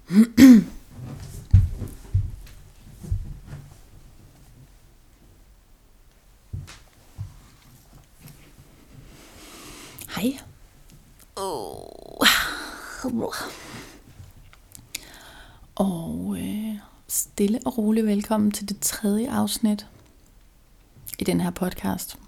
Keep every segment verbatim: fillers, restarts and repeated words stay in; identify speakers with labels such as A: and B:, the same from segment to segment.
A: Hej. Oh. Og øh, stille og roligt velkommen til det tredje afsnit i den her podcast.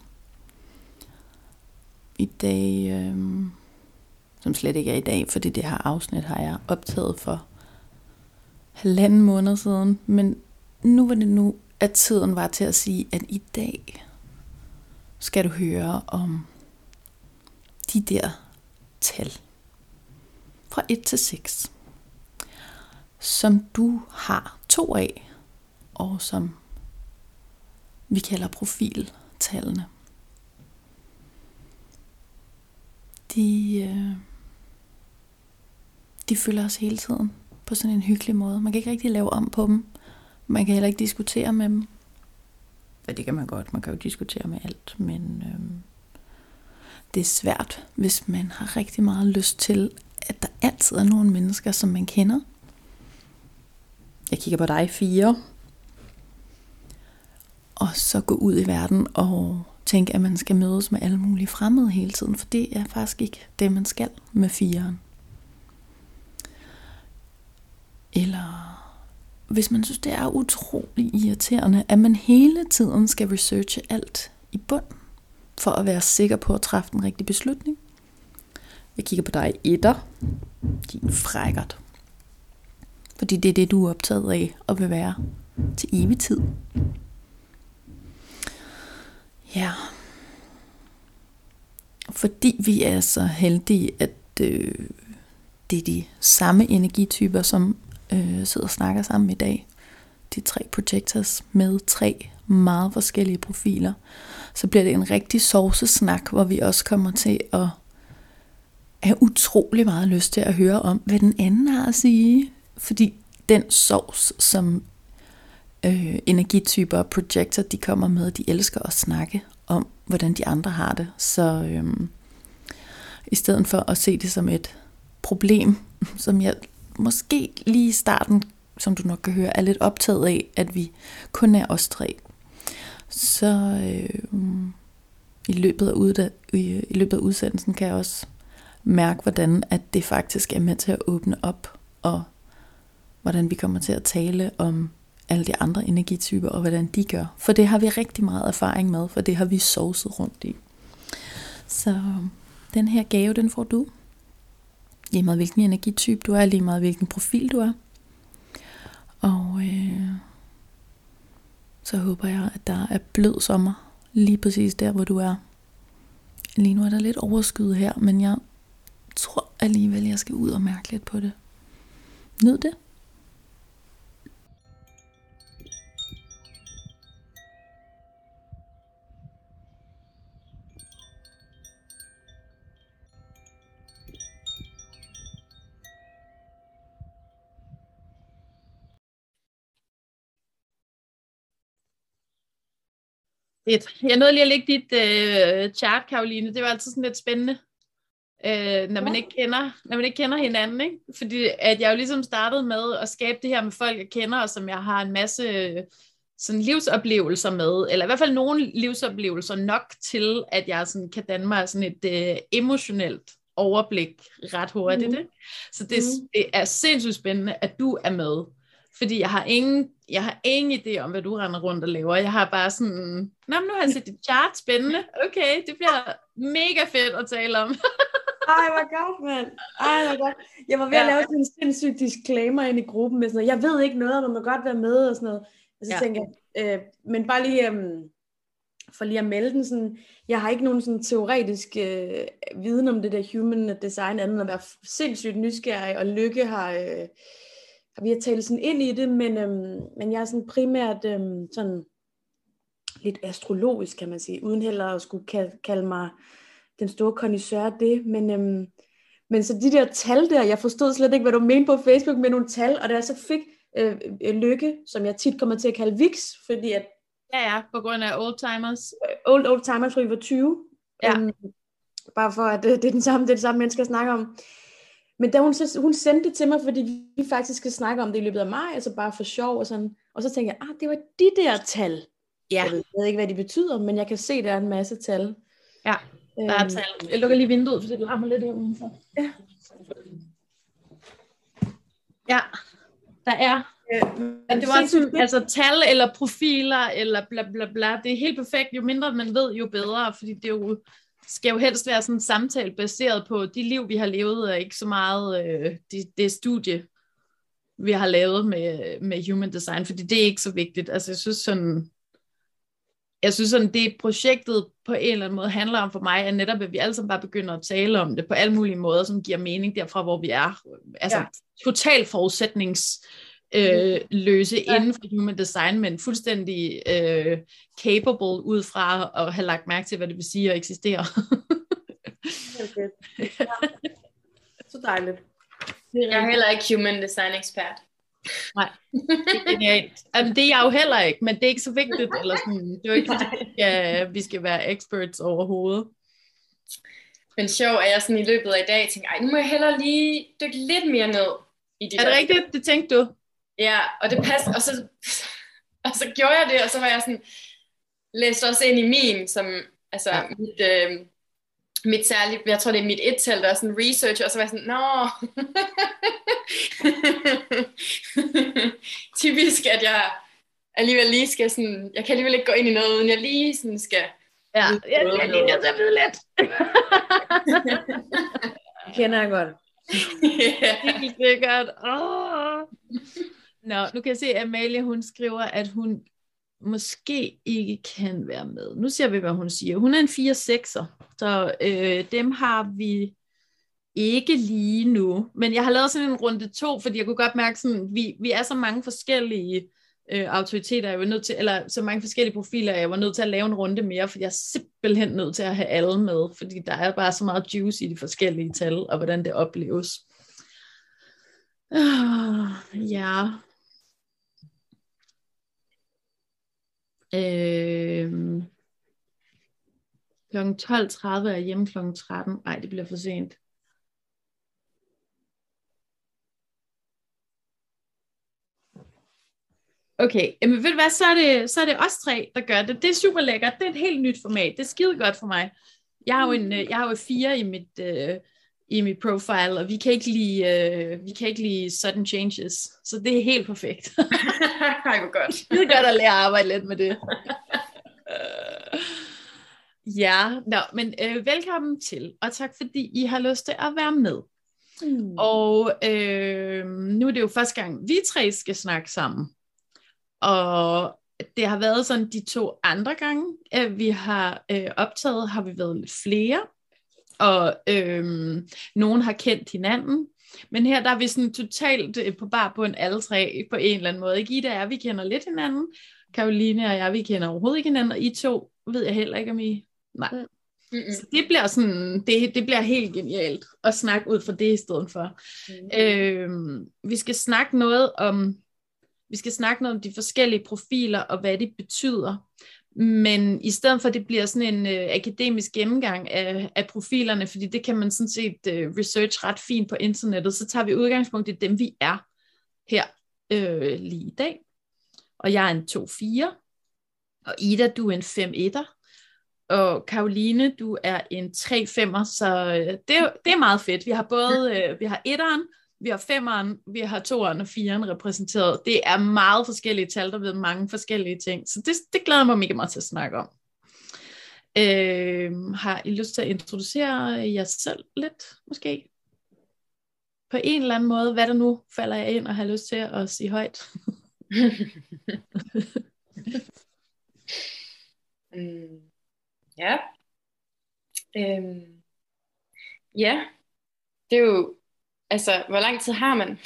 A: I dag, øh, som slet ikke er i dag, fordi det her afsnit har jeg optaget for halvanden måned siden. Men nu var det nu, at tiden var til at sige, at i dag skal du høre om de der tal fra et til seks, som du har to af, og som vi kalder profiltallene. De, øh, de følger os hele tiden på sådan en hyggelig måde. Man kan ikke rigtig lave om på dem. Man kan heller ikke diskutere med dem. Ja, det kan man godt. Man kan jo diskutere med alt, men øh, det er svært, hvis man har rigtig meget lyst til, at der altid er nogle mennesker, som man kender. Jeg kigger på dig, fire. Og så gå ud i verden og tænke, at man skal mødes med alle mulige fremmede hele tiden. For det er faktisk ikke det, man skal med firen. Eller hvis man synes, det er utrolig irriterende, at man hele tiden skal researche alt i bund, for at være sikker på at træffe den rigtige beslutning. Jeg kigger på dig, etter. Din frækkert. Fordi det er det, du er optaget af, og vil være til evig tid. Ja. Fordi vi er så heldige, at øh, det er de samme energityper, som øh, sidder og snakker sammen i dag. De tre projectors med tre meget forskellige profiler. Så bliver det en rigtig sovsesnak, hvor vi også kommer til at have utrolig meget lyst til at høre om, hvad den anden har at sige. Fordi den sovs, som øh, energityper og projector, de kommer med, de elsker at snakke om, hvordan de andre har det. Så øh, i stedet for at se det som et problem, som jeg måske lige i starten, som du nok kan høre, er lidt optaget af, at vi kun er os tre. Så øh, i, løbet af udda- i, i løbet af udsendelsen kan jeg også mærke, hvordan at det faktisk er med til at åbne op, og hvordan vi kommer til at tale om alle de andre energityper, og hvordan de gør. For det har vi rigtig meget erfaring med, for det har vi sovset rundt i. Så den her gave, den får du. Lige meget hvilken energitype du er, lige meget hvilken profil du er. Og øh, så håber jeg, at der er blød sommer lige præcis der, hvor du er. Lige nu er der lidt overskyet her, men jeg tror alligevel, jeg skal ud og mærke lidt på det. Nyd det. Jeg nåede lige at lægge dit øh, chart, Karoline. Det var altid sådan lidt spændende, øh, når, man ikke kender, når man ikke kender hinanden. Ikke? Fordi at jeg jo ligesom startede med at skabe det her med folk, jeg kender, og som jeg har en masse øh, sådan livsoplevelser med. Eller i hvert fald nogle livsoplevelser nok til, at jeg sådan kan danne mig sådan et øh, emotionelt overblik ret hurtigt. Mm. Ikke? Så det, mm. det er sindssygt spændende, at du er med. Fordi jeg har ingen, jeg har ingen idé om, hvad du render rundt og laver. Jeg har bare sådan, nå, nu har jeg set dit chart, spændende. Okay, det bliver mega fedt at tale om.
B: Ej, hvor godt, mand. Ej, hvor godt. Jeg var ved at ja. lave sådan en sindssyg disclaimer ind i gruppen med sådan noget. Jeg ved ikke noget, man må godt være med og sådan noget. Og så ja. tænker jeg, øh, men bare lige øh, for lige at melde den sådan, jeg har ikke nogen sådan teoretisk øh, viden om det der human design, andet end at være sindssygt nysgerrig, og Lykke har... Øh, vi har talt sådan ind i det, men, øhm, men jeg er sådan primært øhm, sådan lidt astrologisk, kan man sige, uden heller at skulle kalde, kalde mig den store connoisseur af det, men, øhm, men så de der tal der, jeg forstod slet ikke, hvad du mente på Facebook med nogle tal, og da jeg så fik øh, Lykke, som jeg tit kommer til at kalde Vix, fordi at...
A: Ja, ja, på grund af oldtimers.
B: Old, old timers, for I var tyve.
A: Ja.
B: Øhm, bare for, at øh, det, er den samme, det er det samme mennesker, jeg snakker om. Men da hun, så, hun sendte det til mig, fordi vi faktisk skal snakke om det i løbet af maj, altså bare for sjov og sådan. Og så tænkte jeg, ah, det var de der tal.
C: Ja.
B: Jeg ved ikke, hvad de betyder, men jeg kan se, der er en masse tal.
C: Ja, der er
B: Øhm,
C: tal. Jeg lukker lige vinduet, for det larmer lidt udenfor.
B: Ja.
C: Ja, der er.
B: Men
C: Det var sådan, altså tal eller profiler eller bla bla bla. Det er helt perfekt. Jo mindre man ved, jo bedre. Fordi det jo, skal jo helst være sådan en samtale baseret på de liv, vi har levet, og ikke så meget øh, det, det studie, vi har lavet med, med human design. Fordi det er ikke så vigtigt. Altså jeg synes sådan, jeg synes sådan, det projektet på en eller anden måde handler om for mig, er netop, at vi alle sammen bare begynder at tale om det på alle mulige måder, som giver mening derfra, hvor vi er. Altså ja. Total forudsætnings øh, løse ja. Inden for human design, men fuldstændig øh, capable ud fra at have lagt mærke til, hvad det vil sige at eksistere.
B: Okay. Ja. Så dejligt.
D: Jeg er heller ikke human design ekspert.
C: Nej, det er genialt. Jamen, det er jeg jo heller ikke, men det er ikke så vigtigt. Eller sådan. Det er jo ikke, fordi vi skal, vi skal være experts overhovedet.
D: Men sjov, at jeg sådan i løbet af i dag tænkte, ej, nu må jeg hellere lige dykke lidt mere ned i de
C: Er det
D: der.
C: rigtigt? Det tænkte du?
D: Ja, og det passer, og så, og så gjorde jeg det, og så var jeg sådan, læste også ind i min, som, altså, ja. mit, øh, mit særligt, jeg tror det er mit et-tal, der er sådan research, og så var jeg sådan, nå, typisk, at jeg alligevel lige skal sådan, jeg kan alligevel ikke gå ind i noget, uden jeg lige sådan skal.
C: Ja, jeg er lige nødt til at vide lidt.
B: Det kender jeg godt.
C: Yeah. Helt sikkert. Oh. Nå, nu kan jeg se, at Amalie, hun skriver, at hun måske ikke kan være med. Nu ser vi, hvad hun siger. Hun er en fire sekser, så øh, dem har vi ikke lige nu. Men jeg har lavet sådan en runde to, fordi jeg kunne godt mærke, sådan, vi, vi er så mange forskellige øh, autoriteter, jeg var nødt til, eller så mange forskellige profiler, jeg var nødt til at lave en runde mere, for jeg er simpelthen nødt til at have alle med, fordi der er bare så meget juice i de forskellige tal, og hvordan det opleves. Uh, ja. Øh, klokken tolv tredive er hjemme klokken tretten. Nej, det bliver for sent. Okay, men ved du hvad, så er, det, så er det os tre, der gør det. Det er super lækkert. Det er et helt nyt format. Det er skide godt for mig. Jeg har jo en, jeg har jo fire i mit, uh, i mit profile, og vi kan ikke lide, uh, vi kan ikke lide sudden changes. Så det er helt perfekt.
D: Ej, hvor godt.
C: Det er godt at lære at arbejde lidt med det. uh, ja, nå, men uh, velkommen til, og tak fordi I har lyst til at være med. Mm. Og uh, nu er det jo første gang, vi tre skal snakke sammen. Og det har været sådan de to andre gange, at vi har øh, optaget, har vi været lidt flere, og øh, nogen har kendt hinanden. Men her der er vi sådan totalt øh, på bar på en alle tre på en eller anden måde. Ikke? Ida og jeg, vi kender lidt hinanden. Karoline og jeg, vi kender overhovedet ikke hinanden. Og I to ved jeg heller ikke, om I... Nej. Mm-hmm. Så det bliver sådan, det, det bliver helt genialt at snakke ud fra det i stedet for. Mm-hmm. Øh, vi skal snakke noget om... Vi skal snakke noget om de forskellige profiler, og hvad de betyder. Men i stedet for, at det bliver sådan en øh, akademisk gennemgang af, af profilerne, fordi det kan man sådan set øh, research ret fint på internettet, så tager vi udgangspunkt i dem, vi er her øh, lige i dag. Og jeg er en to fire, og Ida, du er en fem etter, og Karoline, du er en tre femmer, så øh, det, det er meget fedt. Vi har både øh, vi har etteren, vi har femmeren, vi har toeren og fireren repræsenteret. Det er meget forskellige tal, der ved mange forskellige ting. Så det, det glæder mig mega meget til at snakke om. Øh, har I lyst til at introducere jer selv lidt, måske? På en eller anden måde, hvad der nu falder jeg ind og har lyst til at sige højt?
D: mm, ja. Øhm, ja. Det er jo altså, hvor lang tid har man?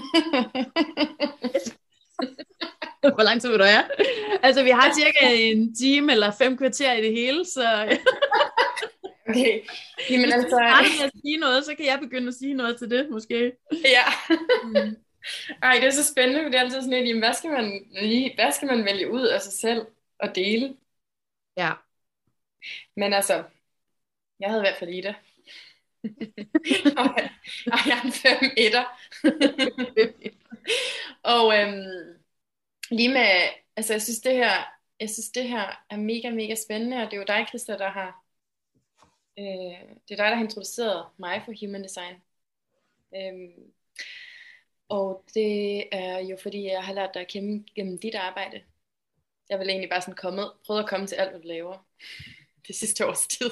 C: Hvor lang tid vil du have? Altså, vi har cirka en time eller fem kvarter i det hele, så...
D: Okay. Jamen,
C: hvis
D: altså...
C: du starter med at sige noget, så kan jeg begynde at sige noget til det, måske.
D: Ja. mm. Ej, det er så spændende, for det er altid sådan lidt, hvad skal man, lige, hvad skal man vælge ud af sig selv og dele?
C: Ja.
D: Men altså, jeg havde i hvert fald Ida. og, og jeg er en fem etter. Og øhm, lige med, altså jeg synes det her, jeg synes det her er mega, mega spændende, og det er jo dig, Christa, der har, øh, det er dig, der har introduceret mig for Human Design. Øhm, og det er jo fordi, jeg har lært dig at kende gennem dit arbejde. Jeg vil egentlig bare sådan komme, prøve at komme til alt, hvad du laver det sidste års tid.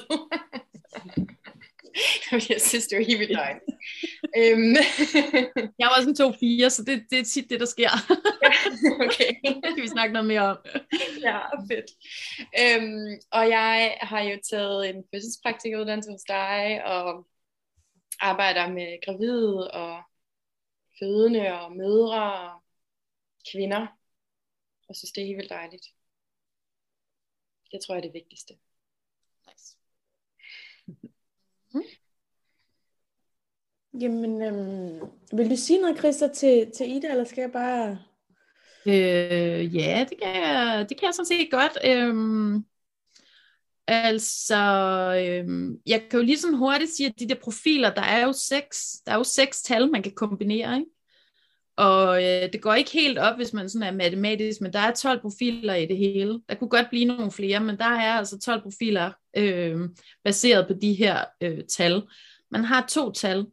D: Jeg synes, det var helt vildt dejligt. øhm.
C: Jeg var også en to fire, så det, det er tit det, der sker.
D: Okay.
C: Det kan vi snakke noget mere om.
D: Ja, fedt. Øhm, og jeg har jo taget en fødselspraktikkeruddannelse hos dig, og arbejder med gravide og fødende og mødre og kvinder. Og synes, det er helt vildt dejligt. Det tror jeg er det vigtigste.
C: Nice.
B: Mm. Jamen, øhm, vil du sige noget, Christa, til, til Ida, eller skal jeg bare...
C: Øh, ja, det kan, jeg, det kan jeg sådan set godt. Øhm, altså, øhm, jeg kan jo lige sådan hurtigt sige, at de der profiler, der er jo seks, der er jo seks tal, man kan kombinere, ikke? Og øh, det går ikke helt op, hvis man sådan er matematisk, men der er tolv profiler i det hele. Der kunne godt blive nogle flere, men der er altså tolv profiler øh, baseret på de her øh, tal. Man har to tal,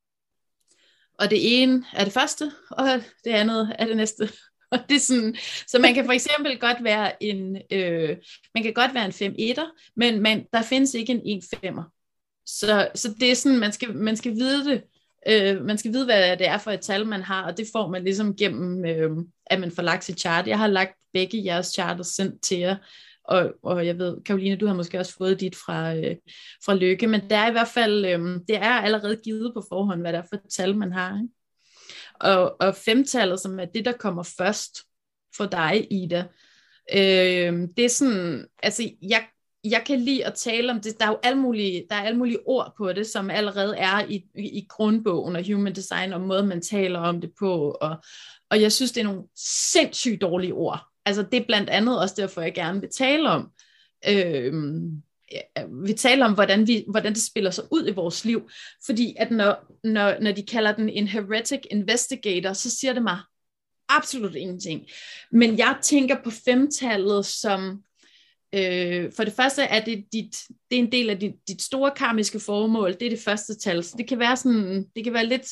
C: og det ene er det første, og det andet er det næste. Og det er sådan, så man kan for eksempel godt være en, øh, man kan godt være en fem etter, men man, der findes ikke en en femmer. Så, så det er sådan, man skal, man skal vide det. Øh, man skal vide, hvad det er for et tal, man har, og det får man ligesom gennem, øh, at man får lagt sit chart. Jeg har lagt begge jeres charter sendt til jer, og, og jeg ved, Karoline, du har måske også fået dit fra, øh, fra Lykke, men det er i hvert fald, øh, det er allerede givet på forhånd, hvad det er for et tal, man har, ikke? Og, og femtallet, som er det, der kommer først for dig, Ida, øh, det er sådan, altså, jeg Jeg kan lide at tale om det. Der er jo alle mulige, der er alle mulige ord på det, som allerede er i, i, i grundbogen af Human Design, og måden man taler om det på. Og, og jeg synes, det er nogle sindssygt dårlige ord. Altså det er blandt andet også derfor, jeg gerne vil tale om. Øh, vi taler om, hvordan, vi, hvordan det spiller sig ud i vores liv. Fordi at når, når, når de kalder den en heretic investigator, så siger det mig absolut ingenting. Men jeg tænker på femtallet som... Øh, for det første er det, dit, det er en del af dit, dit store karmiske formål. Det er det første tal. Så det kan være sådan, det kan være lidt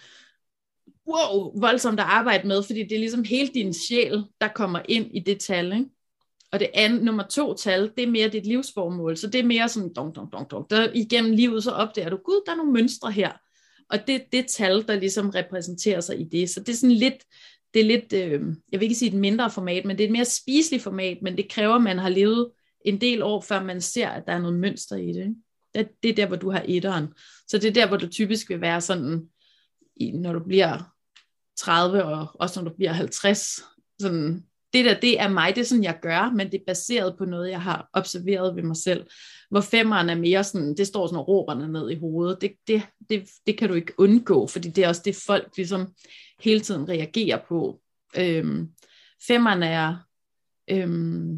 C: wow, voldsomt at arbejde med, fordi det er ligesom hele din sjæl, der kommer ind i det tal, ikke? Og det andet, nummer to tal, det er mere dit livsformål. Så det er mere sådan, dong, dong, dong, dong. Der, igennem livet så opdager du, gud, der er nogle mønstre her. Og det er det tal, der ligesom repræsenterer sig i det. Så det er sådan lidt, det er lidt, øh, jeg vil ikke sige et mindre format, men det er et mere spiseligt format, men det kræver, at man har levet en del år, før man ser, at der er noget mønster i det. Det, det er der, hvor du har etteren. Så det er der, hvor du typisk vil være sådan, når du bliver tredive, og også når du bliver halvtreds. Sådan, det der, det er mig, det er sådan, jeg gør, men det er baseret på noget, jeg har observeret ved mig selv. Hvor femmeren er mere sådan, det står sådan og råber ned i hovedet. Det, det, det, det kan du ikke undgå, fordi det er også det, folk ligesom hele tiden reagerer på. Øhm, femmeren er... Øhm,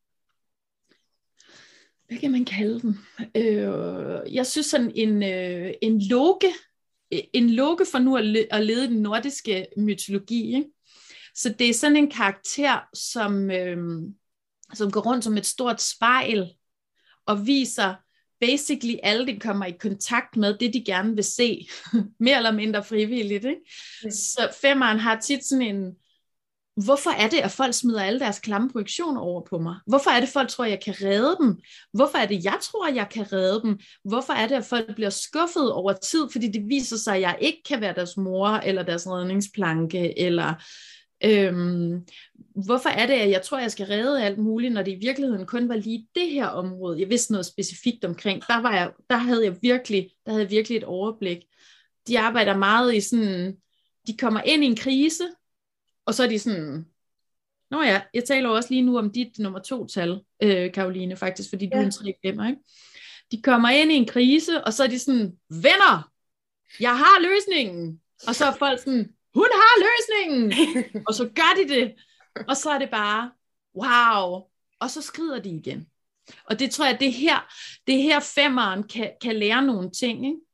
C: hvad kan man kalde den? Øh, jeg synes sådan en, øh, en loke, en loke for nu at, le- at lede den nordiske mytologi, ikke? Så det er sådan en karakter, som, øh, som går rundt som et stort spejl, og viser basically alle, de kommer i kontakt med, det de gerne vil se, mere eller mindre frivilligt, ikke? Mm. Så femmeren har tit sådan en, hvorfor er det, at folk smider alle deres klamme projektioner over på mig? Hvorfor er det, folk tror, jeg kan redde dem? Hvorfor er det, jeg tror, jeg kan redde dem? Hvorfor er det, at folk bliver skuffet over tid, fordi det viser sig, at jeg ikke kan være deres mor, eller deres redningsplanke, eller øhm, hvorfor er det, at jeg tror, jeg skal redde alt muligt, når det i virkeligheden kun var lige det her område, jeg vidste noget specifikt omkring. Der, var jeg, der, havde jeg virkelig, der havde jeg virkelig et overblik. De arbejder meget i sådan, de kommer ind i en krise, og så er de sådan, nå ja, jeg taler også lige nu om dit nummer to tal, øh, Karoline, faktisk, fordi ja. Du er en tre femmer, ikke? De kommer ind i en krise, og så er de sådan, venner, jeg har løsningen. Og så er folk sådan, hun har løsningen. Og så gør de det. Og så er det bare, wow. Og så skrider de igen. Og det tror jeg, det her, det her femmeren kan, kan lære nogle ting, ikke?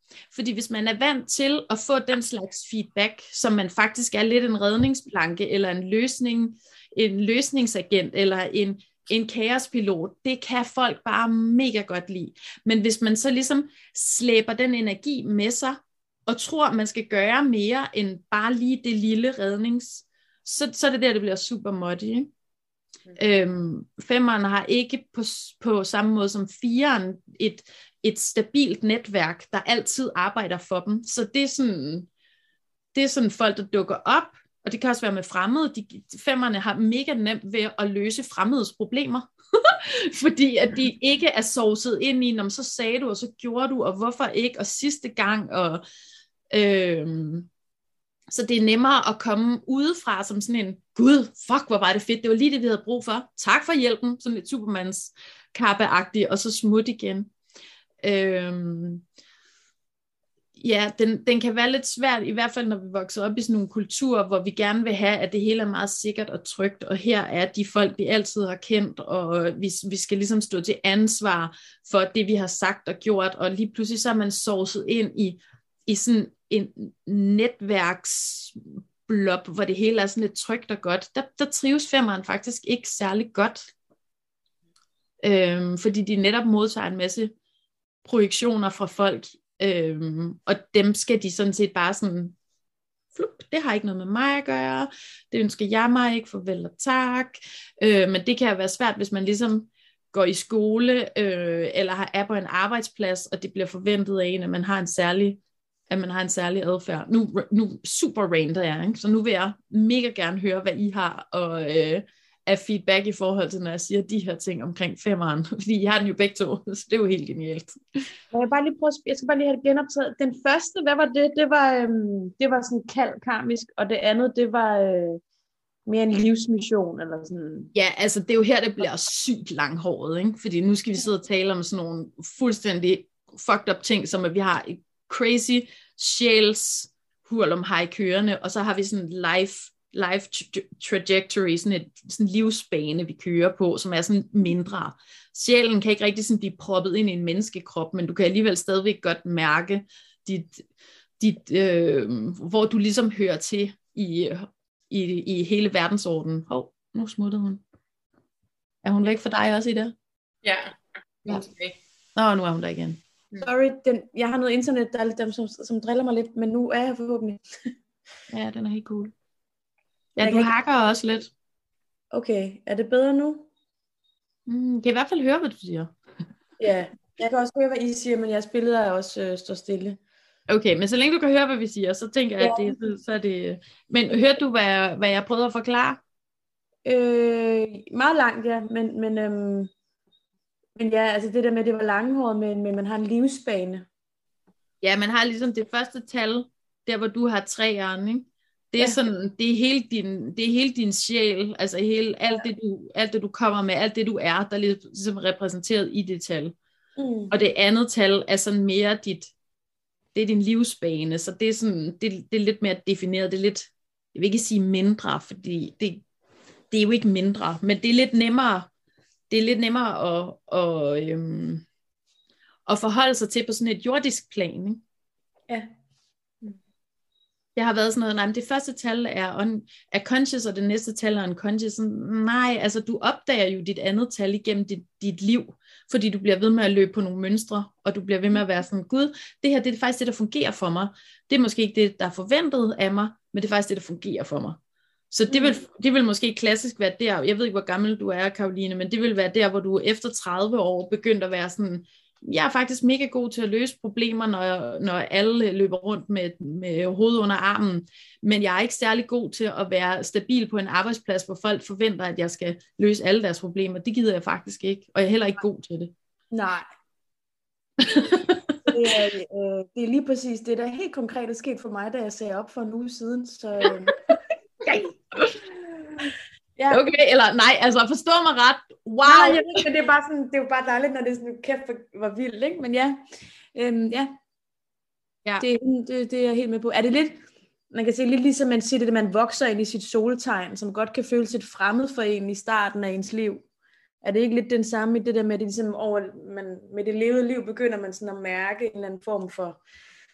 C: Fordi hvis man er vant til at få den slags feedback, som man faktisk er lidt en redningsplanke, eller en løsning, en løsningsagent, eller en, en kaospilot, det kan folk bare mega godt lide. Men hvis man så ligesom slæber den energi med sig, og tror, man skal gøre mere end bare lige det lille rednings, så, så er det der, det bliver super muddy, ikke? Øhm, femmeren har ikke på, på samme måde som fireren et, et stabilt netværk, der altid arbejder for dem. Så det er sådan, det er sådan folk, der dukker op, og det kan også være med fremmede. De, femmerne har mega nemt ved at løse fremmedes problemer, fordi at de ikke er sovset ind i, når så sagde du, og så gjorde du, og hvorfor ikke, og sidste gang, og øhm, så det er nemmere at komme udefra som sådan en, gud, fuck, hvor var det fedt, det var lige det, vi havde brug for. Tak for hjælpen, sådan lidt Supermans kappe-agtigt, og så smut igen. Øhm, ja, den, den kan være lidt svært, i hvert fald når vi vokser op i sådan nogle kulturer, hvor vi gerne vil have, at det hele er meget sikkert og trygt, og her er de folk, vi altid har kendt, og vi, vi skal ligesom stå til ansvar for det, vi har sagt og gjort, og lige pludselig så er man sovset ind i, i sådan en netværksblob, hvor det hele er sådan lidt trygt og godt. Der, der trives femmeren faktisk ikke særlig godt, øhm, fordi de netop modtager en masse projektioner fra folk, øhm, og dem skal de sådan set bare sådan, flup, det har ikke noget med mig at gøre, det ønsker jeg mig ikke, farvel og tak, øh, men det kan være svært, hvis man ligesom går i skole, øh, eller er på en arbejdsplads, og det bliver forventet af en, at man har en særlig at man har en særlig adfærd. Nu, nu super ranter jeg, ikke? Så nu vil jeg mega gerne høre, hvad I har og, øh, af feedback i forhold til, når jeg siger de her ting omkring femmeren, fordi I har den jo begge to, så det er jo helt genialt.
B: Jeg, vil bare lige prøve, jeg skal bare lige have det genoptaget. Den første, hvad var det? Det var, øhm, det var sådan kald karmisk, og det andet, det var øh, mere en livsmission, eller sådan.
C: Ja, altså det er jo her, det bliver sygt langhåret, ikke? Fordi nu skal vi sidde og tale om sådan nogle fuldstændig fucked up ting, som at vi har et crazy sjæls hurlumhej kørende, og så har vi sådan life, life trajectory, sådan et sådan livsbane, vi kører på, som er sådan mindre. Sjælen kan ikke rigtig sådan blive proppet ind i en menneskekrop, men du kan alligevel stadigvæk godt mærke, dit, dit, øh, hvor du ligesom hører til i, i, i hele verdensordenen. Hov, oh, nu smuttede hun. Er hun væk for dig også i det?
D: Ja.
C: Ja. Nå, nu er hun der igen.
B: Sorry, den, jeg har noget internet, der er lidt dem, som, som driller mig lidt, men nu er jeg forhåbentlig.
C: Ja, den er helt cool. Ja, du hakker også lidt.
B: Okay, er det bedre nu?
C: Mm, kan i hvert fald høre, hvad du siger.
B: Ja, jeg kan også høre, hvad I siger, men jeres billeder er også øh, står stille.
C: Okay, men så længe du kan høre, hvad vi siger, så tænker jeg, ja. at det, så er det... Men hørte du, hvad, hvad jeg prøvede at forklare?
B: Øh, meget langt, ja, men... men øhm Men ja, altså det der med, det var langhåret, men, men man har en livsbane.
C: Ja, man har ligesom det første tal, der hvor du har træerne, ikke? Det er ja. sådan, det er hele din, det er hele din sjæl, altså hele, alt, det du, alt det du kommer med, alt det du er, der er ligesom repræsenteret i det tal. Mm. Og det andet tal er sådan mere dit, det er din livsbane, så det er sådan, det, det er lidt mere defineret, det er lidt, jeg vil ikke sige mindre, fordi det, det er jo ikke mindre, men det er lidt nemmere, det er lidt nemmere at, at, øhm, at forholde sig til på sådan et jordisk plan, ikke?
B: Ja.
C: Det har været sådan noget, nej, men det første tal er, un, er conscious, og det næste tal er unconscious. Nej, altså du opdager jo dit andet tal igennem dit, dit liv, fordi du bliver ved med at løbe på nogle mønstre, og du bliver ved med at være sådan, gud, det her det er faktisk det, der fungerer for mig. Det er måske ikke det, der er forventet af mig, men det er faktisk det, der fungerer for mig. Så det vil, det vil måske klassisk være der, jeg ved ikke, hvor gammel du er, Karoline, men det vil være der, hvor du efter tredive år begyndte at være sådan, jeg er faktisk mega god til at løse problemer, når, når alle løber rundt med, med hovedet under armen, men jeg er ikke særlig god til at være stabil på en arbejdsplads, hvor folk forventer, at jeg skal løse alle deres problemer. Det gider jeg faktisk ikke, og jeg er heller ikke god til det.
B: Nej. det, er, øh, det er lige præcis det, der helt konkret er sket for mig, da jeg sagde op for en uge siden, så... Øh...
C: Ja. Okay, eller nej, altså forstå mig ret. Wow.
B: Nej, jeg ved, men det er bare sådan, det er jo bare dejligt, når det er sådan, kæft, hvor vildt, ikke? Men ja, øhm, ja. ja. Det, det, det er jeg helt med på. Er det lidt, man kan sige lidt ligesom man siger det, at man vokser ind i sit soltegn, som godt kan føles lidt fremmed for en i starten af ens liv. Er det ikke lidt den samme i det der med, det ligesom over, man, med det levede liv begynder man sådan at mærke en eller anden form for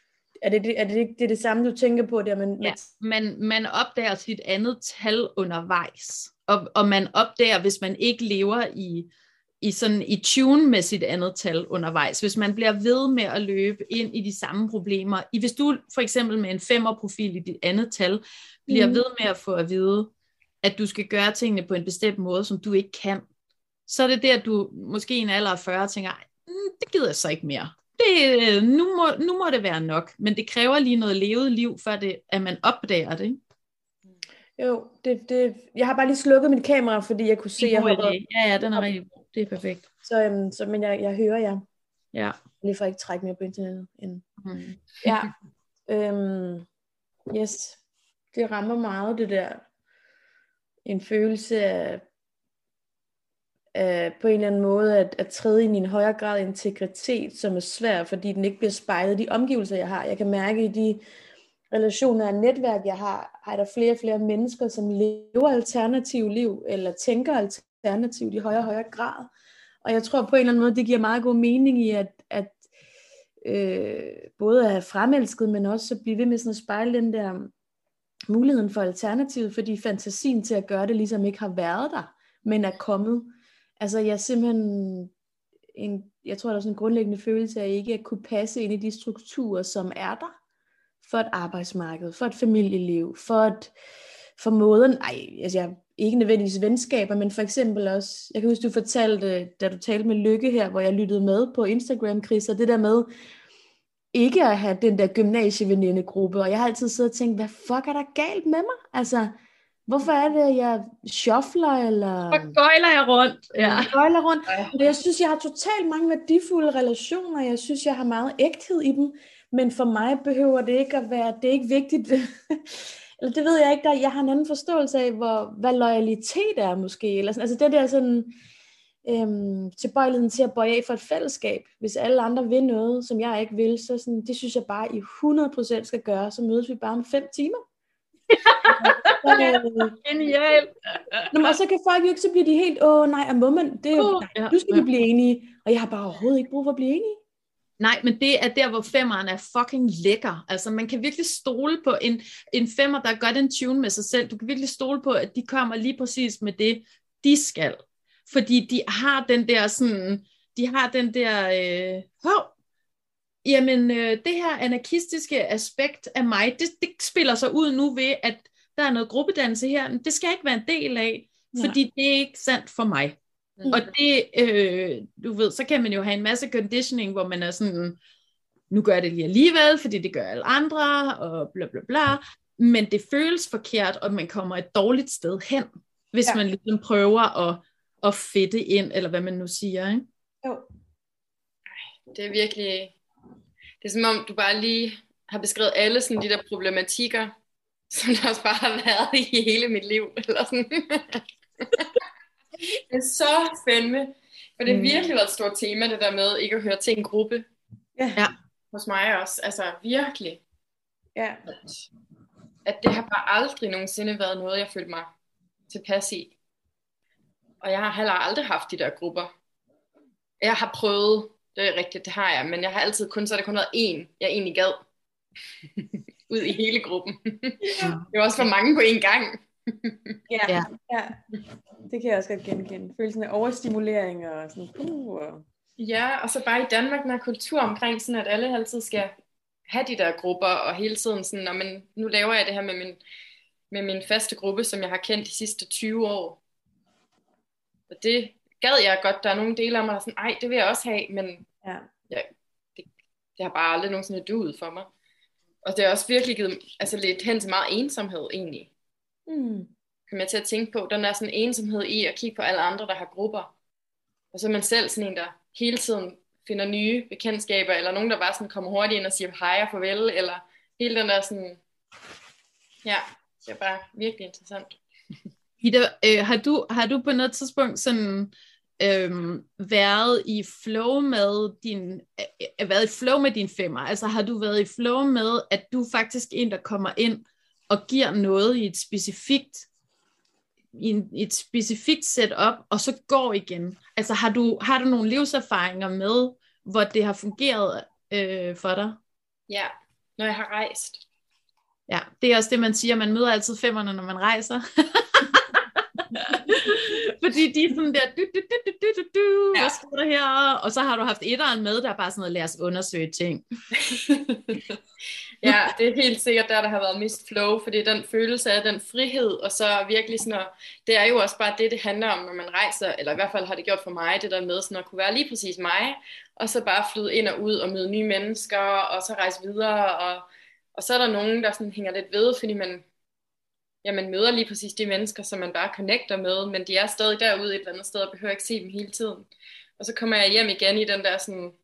B: Er det det, er det, det, er det samme, du tænker på der? Men,
C: ja, man, man opdager sit andet tal undervejs, og, og man opdager, hvis man ikke lever i, i, sådan, i tune med sit andet tal undervejs, hvis man bliver ved med at løbe ind i de samme problemer. I, hvis du for eksempel med en femmerprofil i dit andet tal, bliver mm. ved med at få at vide, at du skal gøre tingene på en bestemt måde, som du ikke kan, så er det der, du måske i en alder af fyrre tænker, mm, det gider jeg så ikke mere. Det, nu, må, nu må det være nok, men det kræver lige noget levet liv, før det, at man opdager det.
B: Jo, det, det, jeg har bare lige slukket mit kamera, fordi jeg kunne se, at jeg har været...
C: Ja, ja, den er rigtig god. Det er perfekt.
B: Så, øhm, så men jeg, jeg hører jer.
C: Ja.
B: Lige for ikke trække mere på internettet. End...
C: Mm.
B: Ja. øhm, yes. Det rammer meget, det der. En følelse af, af på en eller anden måde, at, at træde ind i en højere grad integritet, som er svær, fordi den ikke bliver spejlet i de omgivelser, jeg har. Jeg kan mærke i de relationer og netværk, jeg har, har der flere og flere mennesker, som lever alternative liv, eller tænker alternativt i højere og højere grad. Og jeg tror på en eller anden måde, det giver meget god mening i, at, at øh, både at have fremelsket, men også at blive ved med sådan at spejle den der muligheden for alternativet, fordi fantasien til at gøre det ligesom ikke har været der, men er kommet. Altså jeg er simpelthen, en, jeg tror der er sådan en grundlæggende følelse af ikke at kunne passe ind i de strukturer, som er der, for et arbejdsmarked, for et familieliv, for, et, for måden, ej, altså jeg ikke nødvendigvis venskaber, men for eksempel også, jeg kan huske, du fortalte, da du talte med Lykke her, hvor jeg lyttede med på Instagram, Chris, og det der med, ikke at have den der gymnasievenindegruppe, og jeg har altid siddet og tænkt, hvad fuck er der galt med mig? Altså, hvorfor er det, at jeg shuffler, eller...
C: Hvor gøjler jeg rundt? Ja.
B: Gøjler rundt. Og jeg synes, jeg har totalt mange værdifulde relationer, jeg synes, jeg har meget ægthed i dem, men for mig behøver det ikke at være, det er ikke vigtigt, eller det ved jeg ikke, der, jeg har en anden forståelse af, hvor, hvad loyalitet er måske, eller sådan, altså det der sådan, øhm, tilbøjeligheden til at bøje af for et fællesskab, hvis alle andre vil noget, som jeg ikke vil, så sådan, det synes jeg bare i hundrede procent skal gøre, så mødes vi bare om fem timer.
C: Genialt.
B: Og så kan folk jo ikke, så bliver de helt, åh nej, og må man, det er jo, nej, nu skal vi blive enige, og jeg har bare overhovedet ikke brug for at blive enige.
C: Nej, men det er der, hvor femmeren er fucking lækker. Altså, man kan virkelig stole på en, en femmer, der er godt en tune med sig selv. Du kan virkelig stole på, at de kommer lige præcis med det, de skal. Fordi de har den der sådan, de har den der, øh, hov, jamen, øh, det her anarkistiske aspekt af mig, det, det spiller sig ud nu ved, at der er noget gruppedannelse her, men det skal jeg ikke være en del af, fordi ja. Det er ikke sandt for mig. Mm. Og det, øh, du ved, så kan man jo have en masse conditioning, hvor man er sådan, nu gør jeg det lige alligevel, fordi det gør alle andre, og bla bla bla, men det føles forkert, og man kommer et dårligt sted hen, hvis ja. Man ligesom prøver at, at fedte ind, eller hvad man nu siger, ikke?
B: Jo.
D: Det er virkelig, det er som om, du bare lige har beskrevet alle sådan de der problematikker, som der også bare har været i hele mit liv, eller sådan. Det er så spændende, for det har virkelig været et stort tema, det der med ikke at høre til en gruppe.
B: Ja.
C: Ja.
D: Hos mig også, altså virkelig.
B: Ja.
D: At, at det har bare aldrig nogensinde været noget, jeg følte mig tilpas i. Og jeg har heller aldrig haft de der grupper. Jeg har prøvet, det er rigtigt, det har jeg, men jeg har altid kun, så har det kun været én, jeg egentlig gad. Ud i hele gruppen. Ja. Det var også for mange på én gang.
B: Ja, ja. Ja, det kan jeg også godt genkende. Følelsen af overstimulering og sådan. Uh, og...
D: Ja, og så bare i Danmark, der er kultur omkring sådan, at alle altid skal have de der grupper, og hele tiden sådan, og men, nu laver jeg det her med min, med min faste gruppe, som jeg har kendt de sidste tyve år. Og det gad jeg godt. Der er nogle dele af mig, der er sådan, ej, det vil jeg også have, men
B: ja.
D: Ja, det, det har bare aldrig nogensinde duet for mig. Og det har også virkelig givet, altså lidt hen til meget ensomhed egentlig.
B: Mm.
D: Kom jeg til at tænke på, den er sådan en ensomhed i at kigge på alle andre, der har grupper. Og så er man selv sådan en, der hele tiden finder nye bekendtskaber, eller nogen, der bare sådan kommer hurtigt ind og siger hej og farvel, eller hele den der sådan, ja, det er bare virkelig interessant.
C: Ida, øh, har, du, har du på noget tidspunkt sådan øhm, været i flow med din, øh, været i flow med din femmer? Altså har du været i flow med, at du faktisk en, der kommer ind og giver noget i et specifikt i en, et specifikt setup, og så går igen? Altså har du, har du nogle livserfaringer med, hvor det har fungeret øh, for dig?
D: Ja, når jeg har rejst.
C: Ja, det er også det, man siger. Man møder altid femmerne, når man rejser. Fordi de er sådan der, du, du, du, du, du, du,
D: Ja.
C: hvad sker der her? Og så har du haft etteren med, der er bare sådan noget, lad os undersøge ting.
D: Ja, det er helt sikkert der, der har været mest flow, fordi den følelse af den frihed, og så virkelig sådan at, det er jo også bare det, det handler om, når man rejser, eller i hvert fald har det gjort for mig, det der med sådan at kunne være lige præcis mig, og så bare flyde ind og ud og møde nye mennesker, og så rejse videre, og, og så er der nogen, der sådan hænger lidt ved, fordi man, ja, man møder lige præcis de mennesker, som man bare connecter med, men de er stadig derude et eller andet sted, og behøver ikke se dem hele tiden. Og så kommer jeg hjem igen i den der sådan,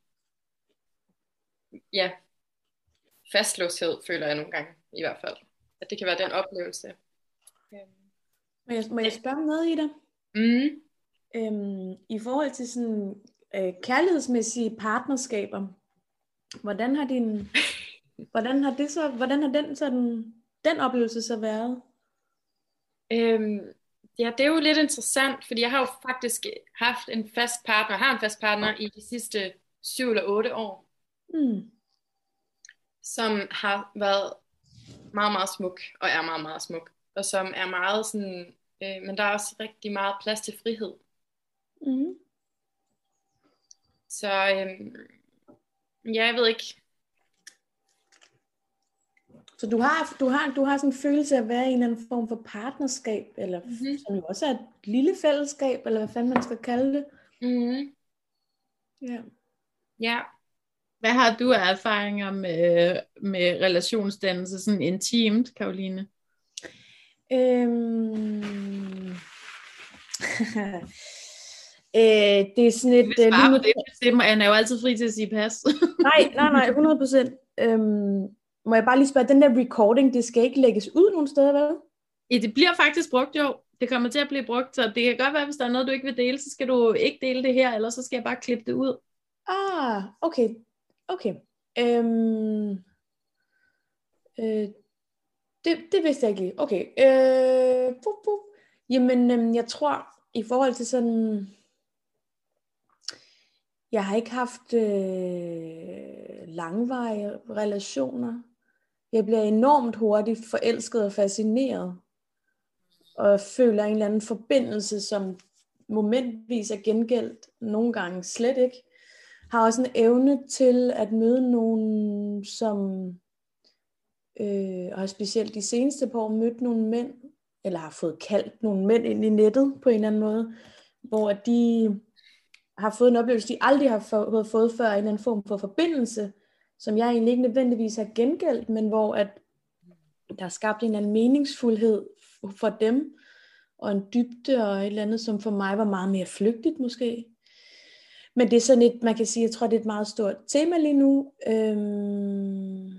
D: ja, fastlåshed, føler jeg nogle gange, i hvert fald. At det kan være den oplevelse.
B: Må jeg, må jeg spørge om noget, Ida?
D: Mm.
B: Øhm, I forhold til sådan øh, kærlighedsmæssige partnerskaber, hvordan har din, hvordan har det så, hvordan har den sådan, den oplevelse så været?
D: Øhm, ja, det er jo lidt interessant, fordi jeg har jo faktisk haft en fast partner, har en fast partner i de sidste syv eller otte år,
B: Mm.
D: som har været meget, meget smuk, og er meget, meget smuk, og som er meget sådan, øh, men der er også rigtig meget plads til frihed.
B: Mm.
D: Så øhm, ja, jeg ved ikke.
B: Så du har, du har, du har sådan en følelse af at være i en eller anden form for partnerskab, eller
D: Mhm.
B: som jo også er et lille fællesskab, eller hvad fanden man skal kalde det.
D: Mm-hmm.
B: Ja.
D: Ja.
C: Hvad har du af erfaringer med, med relationsdannelse, sådan intimt, Karoline?
B: Øhm... øh, det er sådan et...
C: Hvis
B: øh,
C: bare
B: lige
C: på det, det må- han er jo altid fri til at sige pas.
B: Nej, nej, nej, hundrede procent. Øhm, må jeg bare lige spørge, den der recording, det skal ikke lægges ud nogen steder, vel?
C: Ja, det bliver faktisk brugt, jo. Det kommer til at blive brugt, så det kan godt være, hvis der er noget, du ikke vil dele, så skal du ikke dele det her, eller så skal jeg bare klippe det ud.
B: Ah, okay. Okay. Øhm, øh, det, det vidste jeg ikke lige. Okay. Øh, pup, pup. Jamen, øhm, jeg tror, i forhold til sådan... Jeg har ikke haft øh, langvarige relationer. Jeg bliver enormt hurtigt forelsket og fascineret. Og føler en eller anden forbindelse, som momentvis er gengældt. Nogle gange slet ikke. Har også en evne til at møde nogen, som... Øh, og har specielt de seneste par år mødt nogle mænd, eller har fået kaldt nogle mænd ind i nettet på en eller anden måde, hvor de har fået en oplevelse, de aldrig har fået, fået før, en eller anden form for forbindelse, som jeg egentlig ikke nødvendigvis har gengældt, men hvor at der er skabt en eller anden meningsfuldhed for dem, og en dybde og et eller andet, som for mig var meget mere flygtigt måske. Men det er sådan et, man kan sige, jeg tror det er et meget stort tema lige nu. Øhm,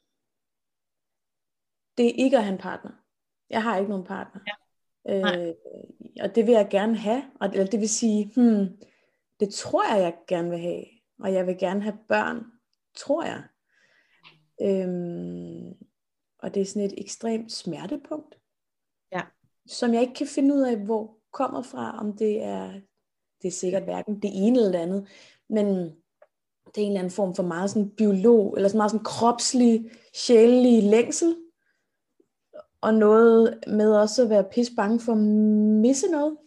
B: det er ikke at have en partner. Jeg har ikke nogen partner. Ja. Øh, og det vil jeg gerne have, og, eller det vil sige, hmm, det tror jeg, jeg gerne vil have, og jeg vil gerne have børn, tror jeg. Øhm, og det er sådan et ekstremt smertepunkt,
C: Ja.
B: som jeg ikke kan finde ud af, hvor kommer fra, om det er, det er sikkert hverken det ene eller det andet, men det er en eller anden form for meget sådan biolog, eller sådan meget sådan kropslig, sjælelig længsel, og noget med også at være pisse bange for at misse noget.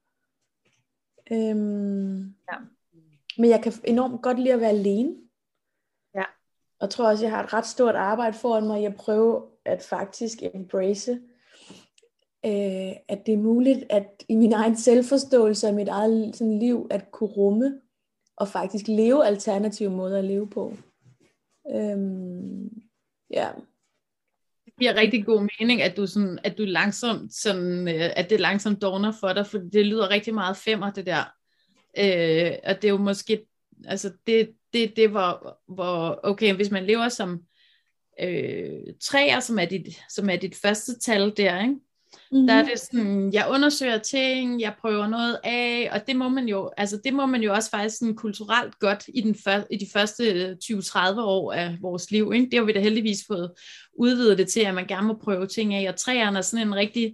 B: Øhm,
C: Ja.
B: Men jeg kan enormt godt lide at være alene.
C: Ja.
B: Og tror også, jeg har et ret stort arbejde foran mig, jeg prøver at faktisk embrace, øh, at det er muligt, at i min egen selvforståelse af mit eget sådan, liv, at kunne rumme, og faktisk leve alternative måder at leve på. Øhm, ja.
C: Det giver rigtig god mening, at du, sådan, at du langsomt, sådan, øh, at det langsomt dawner for dig, for det lyder rigtig meget femmer, det der. Øh, og det er jo måske, altså det, det, det hvor, hvor, okay, hvis man lever som øh, træer, som er, dit, som er dit første tal der, ikke? Mm-hmm. Der er det sådan, jeg undersøger ting, jeg prøver noget af, og det må man jo, altså det må man jo også faktisk sådan kulturelt godt i, den før, i de første tyve til tredive år af vores liv, ikke? Det har vi da heldigvis fået udvidet det til, at man gerne må prøve ting af, og træerne er sådan en rigtig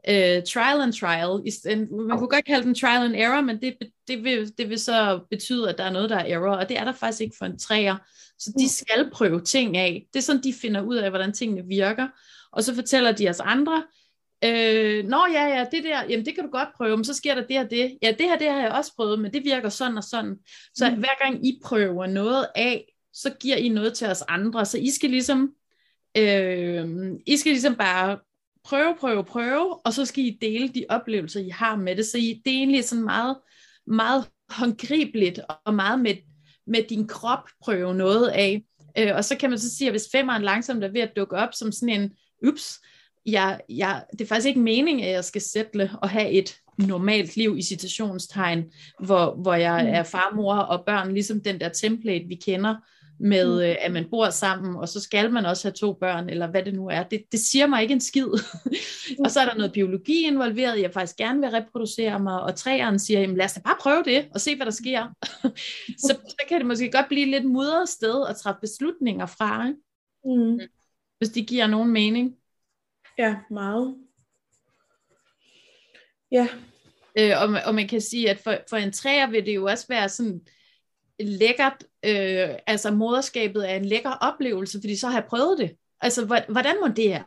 C: øh, trial and trial. Man kunne godt kalde den trial and error, men det, det, vil, det vil så betyde, at der er noget, der er error, og det er der faktisk ikke for en træer. Så de skal prøve ting af. Det er sådan, de finder ud af, hvordan tingene virker. Og så fortæller de os andre, øh, nå ja, ja, det der, jamen det kan du godt prøve, men så sker der det og det. Ja, det her, det har jeg også prøvet, men det virker sådan og sådan. Så mm. hver gang I prøver noget af, så giver I noget til os andre. Så I skal ligesom, øh, I skal ligesom bare prøve, prøve, prøve, og så skal I dele de oplevelser, I har med det. Så I, det er egentlig sådan meget, meget håndgribeligt, og meget med, med din krop prøve noget af. Øh, og så kan man så sige, at hvis femmeren langsomt er ved at dukke op som sådan en, ups, jeg, jeg, det er faktisk ikke meningen, at jeg skal sætte og have et normalt liv i citationstegn, hvor, hvor jeg mm. er farmor og børn, ligesom den der template, vi kender, med mm. øh, at man bor sammen, og så skal man også have to børn, eller hvad det nu er. Det, det siger mig ikke en skid. Og så er der noget biologi involveret, jeg faktisk gerne vil reproducere mig, og træerne siger, jamen lad os da bare prøve det, og se hvad der sker. så, så kan det måske godt blive lidt mudret sted at træffe beslutninger fra, ikke? Mm. Hvis det giver nogen mening.
B: Ja, meget. Ja.
C: Øh, og, og man kan sige, at for, for en træer vil det jo også være sådan lækkert, øh, altså moderskabet er en lækker oplevelse, fordi så har jeg prøvet det. Altså, hvordan må det er?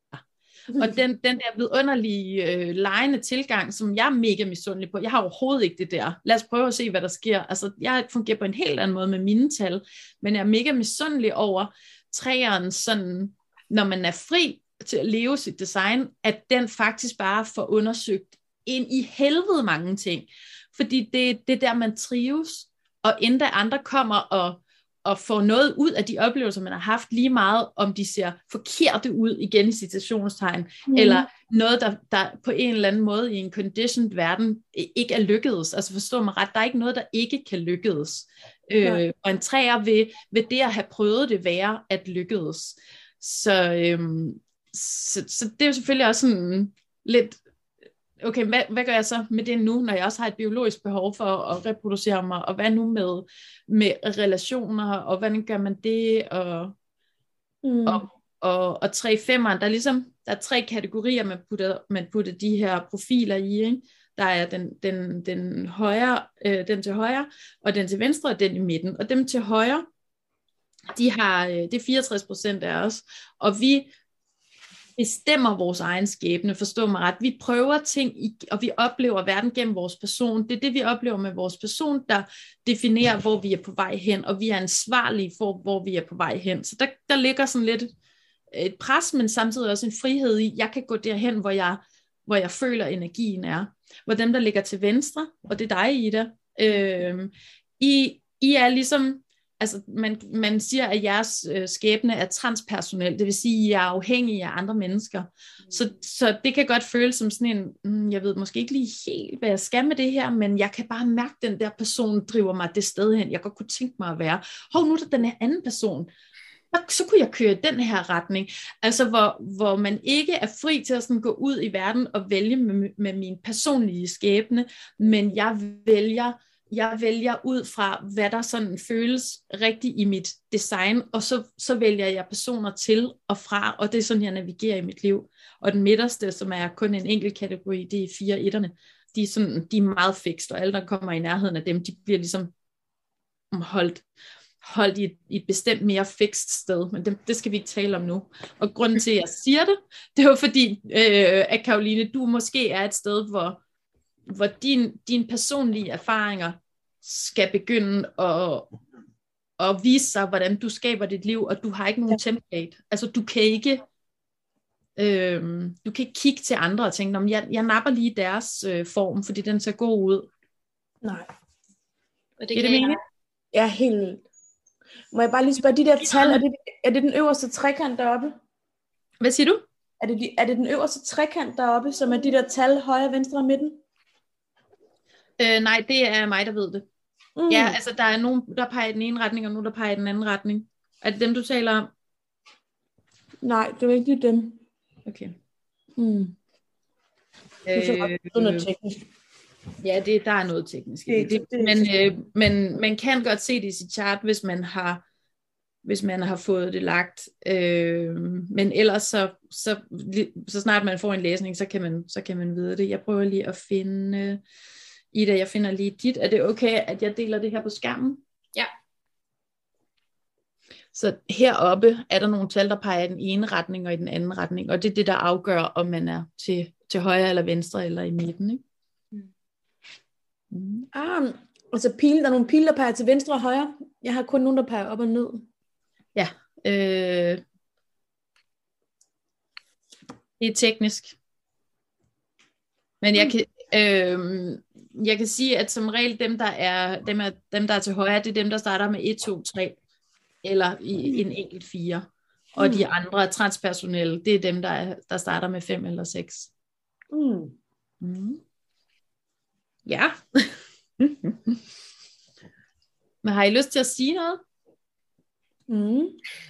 C: Og den, den der vidunderlige øh, legende tilgang, som jeg er mega misundelig på, jeg har overhovedet ikke det der. Lad os prøve at se, hvad der sker. Altså, jeg fungerer på en helt anden måde med mine tal, men jeg er mega misundelig over træeren, sådan, når man er fri til at leve sit design, at den faktisk bare får undersøgt ind i helvede mange ting. Fordi det, det er der, man trives, og inden da andre kommer og, og får noget ud af de oplevelser, man har haft, lige meget om de ser forkerte ud, igen i citationstegn, mm. eller noget, der, der på en eller anden måde i en conditioned verden ikke er lykkedes. Altså forstå mig ret, der er ikke noget, der ikke kan lykkedes. Ja. Øh, og en træer vil, vil det at have prøvet det være at lykkedes. Så, øhm, så, så det er jo selvfølgelig også sådan lidt, okay, hvad, hvad gør jeg så med det nu, når jeg også har et biologisk behov for at reproducere mig, og hvad nu med, med relationer, og hvordan gør man det, og, mm. og, og, og tre femmeren, der er ligesom, der er tre kategorier, man putter, man putter de her profiler i, ikke? Der er den, den, den, højre, øh, den til højre, og den til venstre, og den i midten, og dem til højre, de har, det er fireogtres procent af os, og vi bestemmer vores egen skæbne, forstå mig ret. Vi prøver ting, i, og vi oplever verden gennem vores person. Det er det, vi oplever med vores person, der definerer, hvor vi er på vej hen, og vi er ansvarlige for, hvor vi er på vej hen. Så der, der ligger sådan lidt et pres, men samtidig også en frihed i, jeg kan gå derhen, hvor jeg, hvor jeg føler, energien er. Hvor dem, der ligger til venstre, og det er dig, Ida, øh, I, I er ligesom, altså man, man siger, at jeres øh, skæbne er transpersonel, det vil sige, at I er afhængige af andre mennesker. Mm. Så, så det kan godt føles som sådan en, mm, jeg ved måske ikke lige helt, hvad jeg skal med det her, men jeg kan bare mærke, at den der person driver mig det sted hen, jeg godt kunne tænke mig at være. Hov, nu er der den her anden person. Så kunne jeg køre i den her retning. Altså hvor, hvor man ikke er fri til at sådan gå ud i verden og vælge med, med min personlige skæbne, men jeg vælger Jeg vælger ud fra, hvad der sådan føles rigtigt i mit design, og så, så vælger jeg personer til og fra, og det er sådan, jeg navigerer i mit liv. Og den midterste, som er kun en enkelt kategori, det er fire etterne. De er, sådan, de er meget fikst, og alle, der kommer i nærheden af dem, de bliver ligesom holdt, holdt i et, i et bestemt mere fikst sted, men det, det skal vi ikke tale om nu. Og grunden til, at jeg siger det, det er jo fordi, øh, at Caroline, du måske er et sted, hvor hvor din, din personlige erfaringer skal begynde at, at vise sig, hvordan du skaber dit liv, og du har ikke nogen template. Altså du kan ikke øhm, du kan ikke kigge til andre og tænke, jeg, jeg napper lige deres øh, form, fordi den ser god ud.
B: Nej.
D: Og det, det kan jeg.
B: Ja, helt vildt. Må jeg bare lige spørge, de der tal, er det, er det den øverste trekant deroppe?
C: Hvad siger du?
B: Er det, de, er det den øverste trekant deroppe, som er de der tal, højre, venstre og midten?
C: Øh, nej, det er mig, der ved det. Mm. Ja, altså der er nogen, der peger i den ene retning, og nogen, der peger i den anden retning. Er det dem, du taler om?
B: Nej, det er ikke lige dem.
C: Okay.
B: Mm. Det er
C: øh,
B: så noget teknisk.
C: Ja, det, der er noget teknisk. Det, det, det, men, øh, men man kan godt se det i sit chart, hvis man har hvis man har fået det lagt. Øh, men ellers så, så, så snart man får en læsning, så kan man, så kan man vide det. Jeg prøver lige at finde, Ida, jeg finder lige dit. Er det okay, at jeg deler det her på skærmen?
D: Ja.
C: Så heroppe er der nogle tal, der peger i den ene retning og i den anden retning, og det er det, der afgør, om man er til, til højre eller venstre eller i midten, ikke?
B: Mm. Mm. Ah, altså pile, der er nogle pile, der peger til venstre og højre. Jeg har kun nogle, der peger op og ned.
C: Ja, øh, det er teknisk. Men jeg kan, øh, jeg kan sige, at som regel dem, der er, dem, er, dem, der er til højre, det er dem, der starter med et, to, tre, eller i en enkelt fire. Og de andre transpersonelle, det er dem, der, er, der starter med fem eller seks.
B: Mm.
C: Mm. Ja. Men har I lyst til at sige noget?
B: Mm.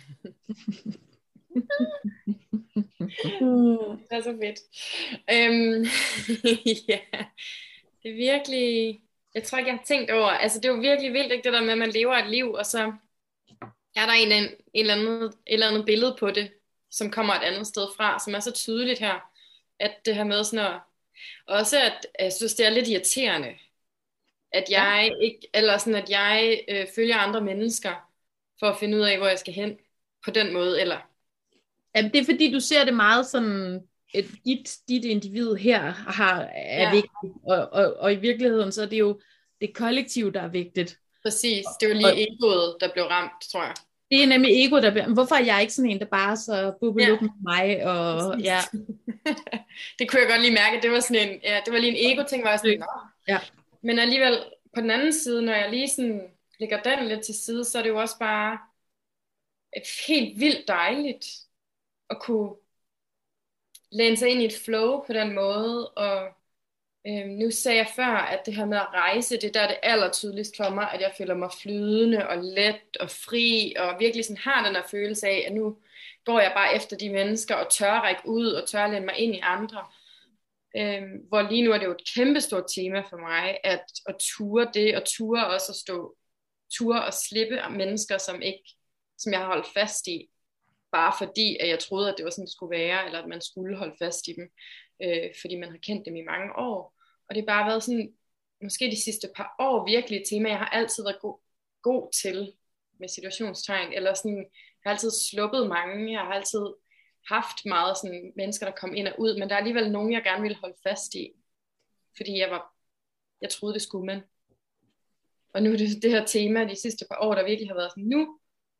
D: Det er så fedt. Øhm, ja, det er virkelig, jeg tror ikke, jeg har tænkt over, altså det er jo virkelig vildt, ikke, det der med, at man lever et liv, og så er der en, en, en eller anden, et eller andet billede på det, som kommer et andet sted fra, som er så tydeligt her, at det her med sådan at, også at jeg synes, det er lidt irriterende, at jeg ikke, eller sådan, at jeg øh, følger andre mennesker, for at finde ud af, hvor jeg skal hen, på den måde, eller?
C: Jamen, det er fordi, du ser det meget sådan, et, dit, dit individ her har, er ja. vigtigt, og, og, og i virkeligheden, så er det jo det kollektiv, der er vigtigt.
D: Præcis, det er jo lige og, egoet, der blev ramt, tror jeg.
C: Det er nemlig ego, der bliver, hvorfor er jeg ikke sådan en, der bare så bubbellup med mig, og ja.
D: Det kunne jeg godt lige mærke, det var sådan en, ja, det var lige en ego-ting, hvor jeg sådan,
C: ja.
D: Men alligevel, på den anden side, når jeg lige sådan lægger den lidt til side, så er det jo også bare helt vildt dejligt at kunne læne sig ind i et flow på den måde, og øhm, nu sagde jeg før, at det her med at rejse, det er der det allertydeligst for mig, at jeg føler mig flydende og let og fri, og virkelig sådan har den her følelse af, at nu går jeg bare efter de mennesker, og tør række ud, og tør læne mig ind i andre. Øhm, hvor lige nu er det jo et kæmpestort tema for mig, at, at ture det, og ture også at stå, ture og slippe af mennesker, som ikke, som jeg har holdt fast i, bare fordi, at jeg troede, at det var sådan, det skulle være, eller at man skulle holde fast i dem, øh, fordi man har kendt dem i mange år. Og det har bare været sådan, måske de sidste par år virkelig et tema, jeg har altid været god, god til, med situationstegn, eller sådan, jeg har altid sluppet mange, jeg har altid haft meget sådan mennesker, der kom ind og ud, men der er alligevel nogen, jeg gerne ville holde fast i, fordi jeg var, jeg troede, det skulle man. Og nu er det det her tema de sidste par år, der virkelig har været sådan, nu,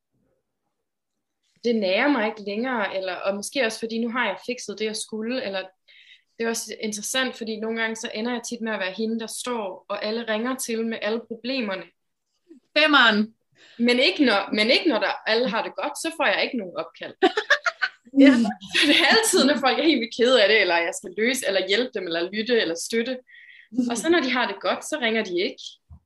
D: det nærer mig ikke længere, eller, og måske også fordi, nu har jeg fikset det, jeg skulle, eller det er også interessant, fordi nogle gange så ender jeg tit med at være hende, der står, og alle ringer til med alle problemerne.
C: Femmeren!
D: Men ikke når, men ikke når der, alle har det godt, så får jeg ikke nogen opkald.
C: Ja.
D: Så det er altid, når folk er helt vildt kede af det, eller jeg skal løse, eller hjælpe dem, eller lytte, eller støtte. Og så når de har det godt, så ringer de ikke.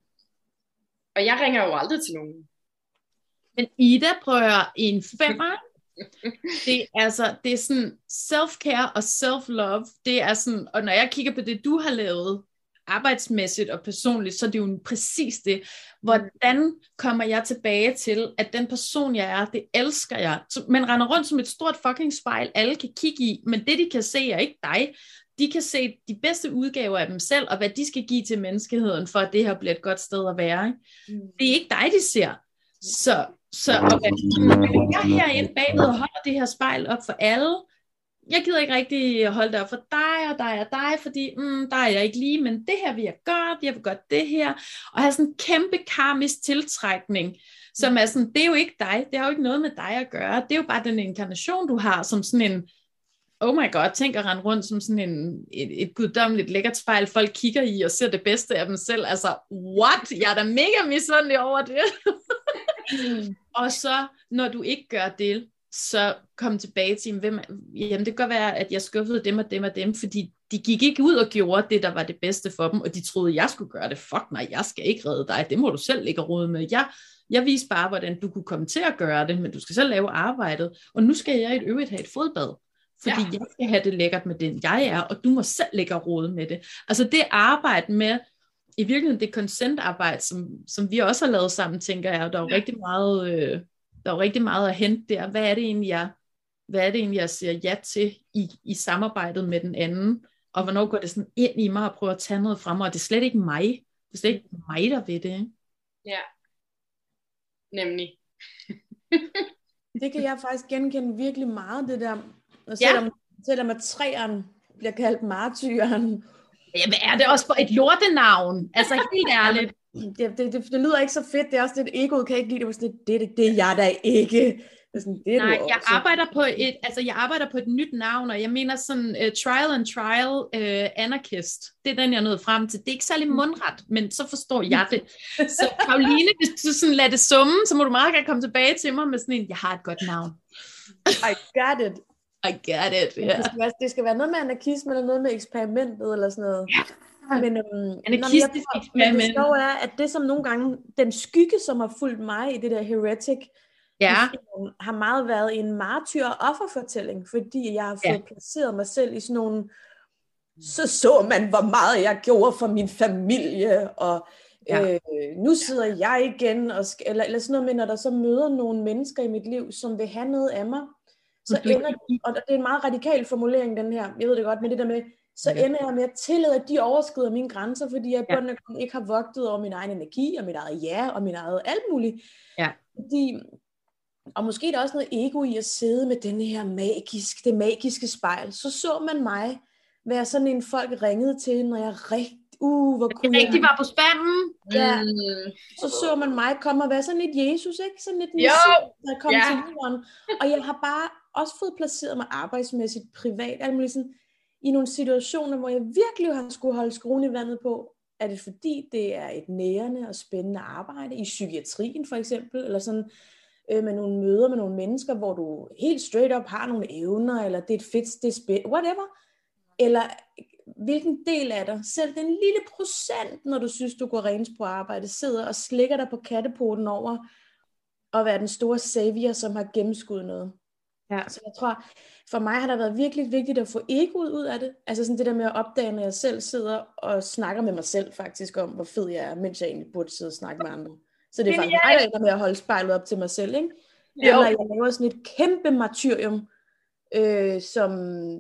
D: Og jeg ringer jo aldrig til nogen.
C: Men Ida prøver en femmer. Det er altså, det er sådan self-care og self-love. Det er sådan, og når jeg kigger på det, du har lavet arbejdsmæssigt og personligt, så er det jo præcis det. Hvordan kommer jeg tilbage til, at den person, jeg er, det elsker jeg. Så man render rundt som et stort fucking spejl, alle kan kigge i, men det, de kan se, er ikke dig. De kan se de bedste udgaver af dem selv, og hvad de skal give til menneskeheden, for at det her bliver et godt sted at være. Ikke? Det er ikke dig, de ser. Så, så og hvad, jeg er herinde bagved og holder det her spejl op for alle. Jeg gider ikke rigtig holde det op for dig og dig og dig, fordi mm, der er jeg ikke lige, men det her vil jeg godt, jeg vil godt det her. Og have sådan en kæmpe karmisk tiltrækning, som er sådan, det er jo ikke dig, det har jo ikke noget med dig at gøre. Det er jo bare den inkarnation, du har, som sådan en, oh my god, tænk at rende rundt som sådan en, et, et guddommeligt lækkert spejl, folk kigger i og ser det bedste af dem selv. Altså, what? Jeg er da mega misundelig over det. Mm. Og så, når du ikke gør det, så kom tilbage til, hvem, jamen det kan godt være, at jeg skuffede dem og dem og dem, fordi de gik ikke ud og gjorde det, der var det bedste for dem, og de troede, jeg skulle gøre det. Fuck nej, jeg skal ikke redde dig, det må du selv ligge og rode med. Jeg, jeg viste bare, hvordan du kunne komme til at gøre det, men du skal selv lave arbejdet, og nu skal jeg i et øvrigt have et fodbad, fordi ja. Jeg skal have det lækkert med den, jeg er, og du må selv ligge og rode med det. Altså det arbejde med, i virkeligheden det consent-arbejde, som, som vi også har lavet sammen, tænker jeg, og der er jo ja. rigtig meget... Øh, der er jo rigtig meget at hente der. Hvad er det egentlig, jeg, hvad er det egentlig, jeg siger ja til i, i samarbejdet med den anden? Og hvornår går det sådan ind i mig og prøver at tage noget fra mig? Og det er slet ikke mig. Det er slet ikke mig, der ved det. Ikke?
D: Ja. Nemlig.
B: Det kan jeg faktisk genkende virkelig meget, det der. Og selvom, ja. selvom at træeren bliver kaldt martyren.
C: Jamen er det også for et lortenavn? Altså helt ærligt.
B: Det, det, det, det lyder ikke så fedt. Det er også lidt, egoet kan ikke lide det. Var sådan, det, det, det er jeg da ikke. Det er sådan, det er
C: Nej,
B: du
C: jeg
B: også.
C: arbejder på et, altså jeg arbejder på et nyt navn, og jeg mener sådan uh, trial and trial uh, anarchist. Det er den, jeg er nået frem til. Det er ikke særlig mundret, men så forstår jeg det. Så Karoline, hvis du sådan lader det summe, så må du meget gerne komme tilbage til mig med sådan en, jeg har et godt navn.
B: I got it.
C: I got it, yeah.
B: det, skal være, det skal være noget med anarkisme, eller noget med eksperimentet, eller sådan noget. Ja. Men, øhm,
C: anarkistisk
B: tror,
C: eksperiment.
B: Men det sjove er, at det som nogle gange, den skygge, som har fulgt mig i det der heretic,
C: ja.
B: har meget været en martyr- og offerfortælling, fordi jeg har fået ja. placeret mig selv i sådan nogle, så så man, hvor meget jeg gjorde for min familie, og ja. øh, nu sidder jeg igen, og skal, eller, eller sådan noget, men når der så møder nogle mennesker i mit liv, som vil have noget af mig, så ender, og det er en meget radikal formulering, den her, jeg ved det godt, men det der med, så ender jeg med at tillade, at de overskrider mine grænser, fordi jeg ja. ikke har vogtet over min egen energi, og mit eget ja, og min eget alt muligt.
C: Ja.
B: Fordi, og måske er der også noget ego i at sidde med den her magisk, det magiske spejl. Så så man mig være sådan en, folk ringede til, når jeg rigtig, uh, hvor kunne
C: jeg rigtig var på spanden.
B: Ja,
D: mm.
B: så så man mig komme og være sådan lidt Jesus, ikke? Sådan lidt musik, der kom yeah. til jorden. Og jeg har bare også fået placeret mig arbejdsmæssigt, privat, alt muligt sådan, i nogle situationer, hvor jeg virkelig har skulle holde skruen i vandet på. Er det fordi, det er et nærende og spændende arbejde i psykiatrien for eksempel, eller sådan øh, med nogle møder med nogle mennesker, hvor du helt straight up har nogle evner, eller det er et fedt, det er spændende, whatever. Eller hvilken del af dig, selv den lille procent, når du synes, du går rent på arbejde, sidder og slikker dig på kattepoten over at være den store savior, som har gennemskuddet noget. Ja. Så jeg tror, for mig har det været virkelig vigtigt at få egoet ud af det. Altså sådan det der med at opdage, når jeg selv sidder og snakker med mig selv faktisk om, hvor fed jeg er, mens jeg egentlig burde sidde og snakke med andre. Så det er faktisk mig, der ender med at holde spejlet op til mig selv, ikke? Eller jeg laver sådan et kæmpe martyrium, øh, som...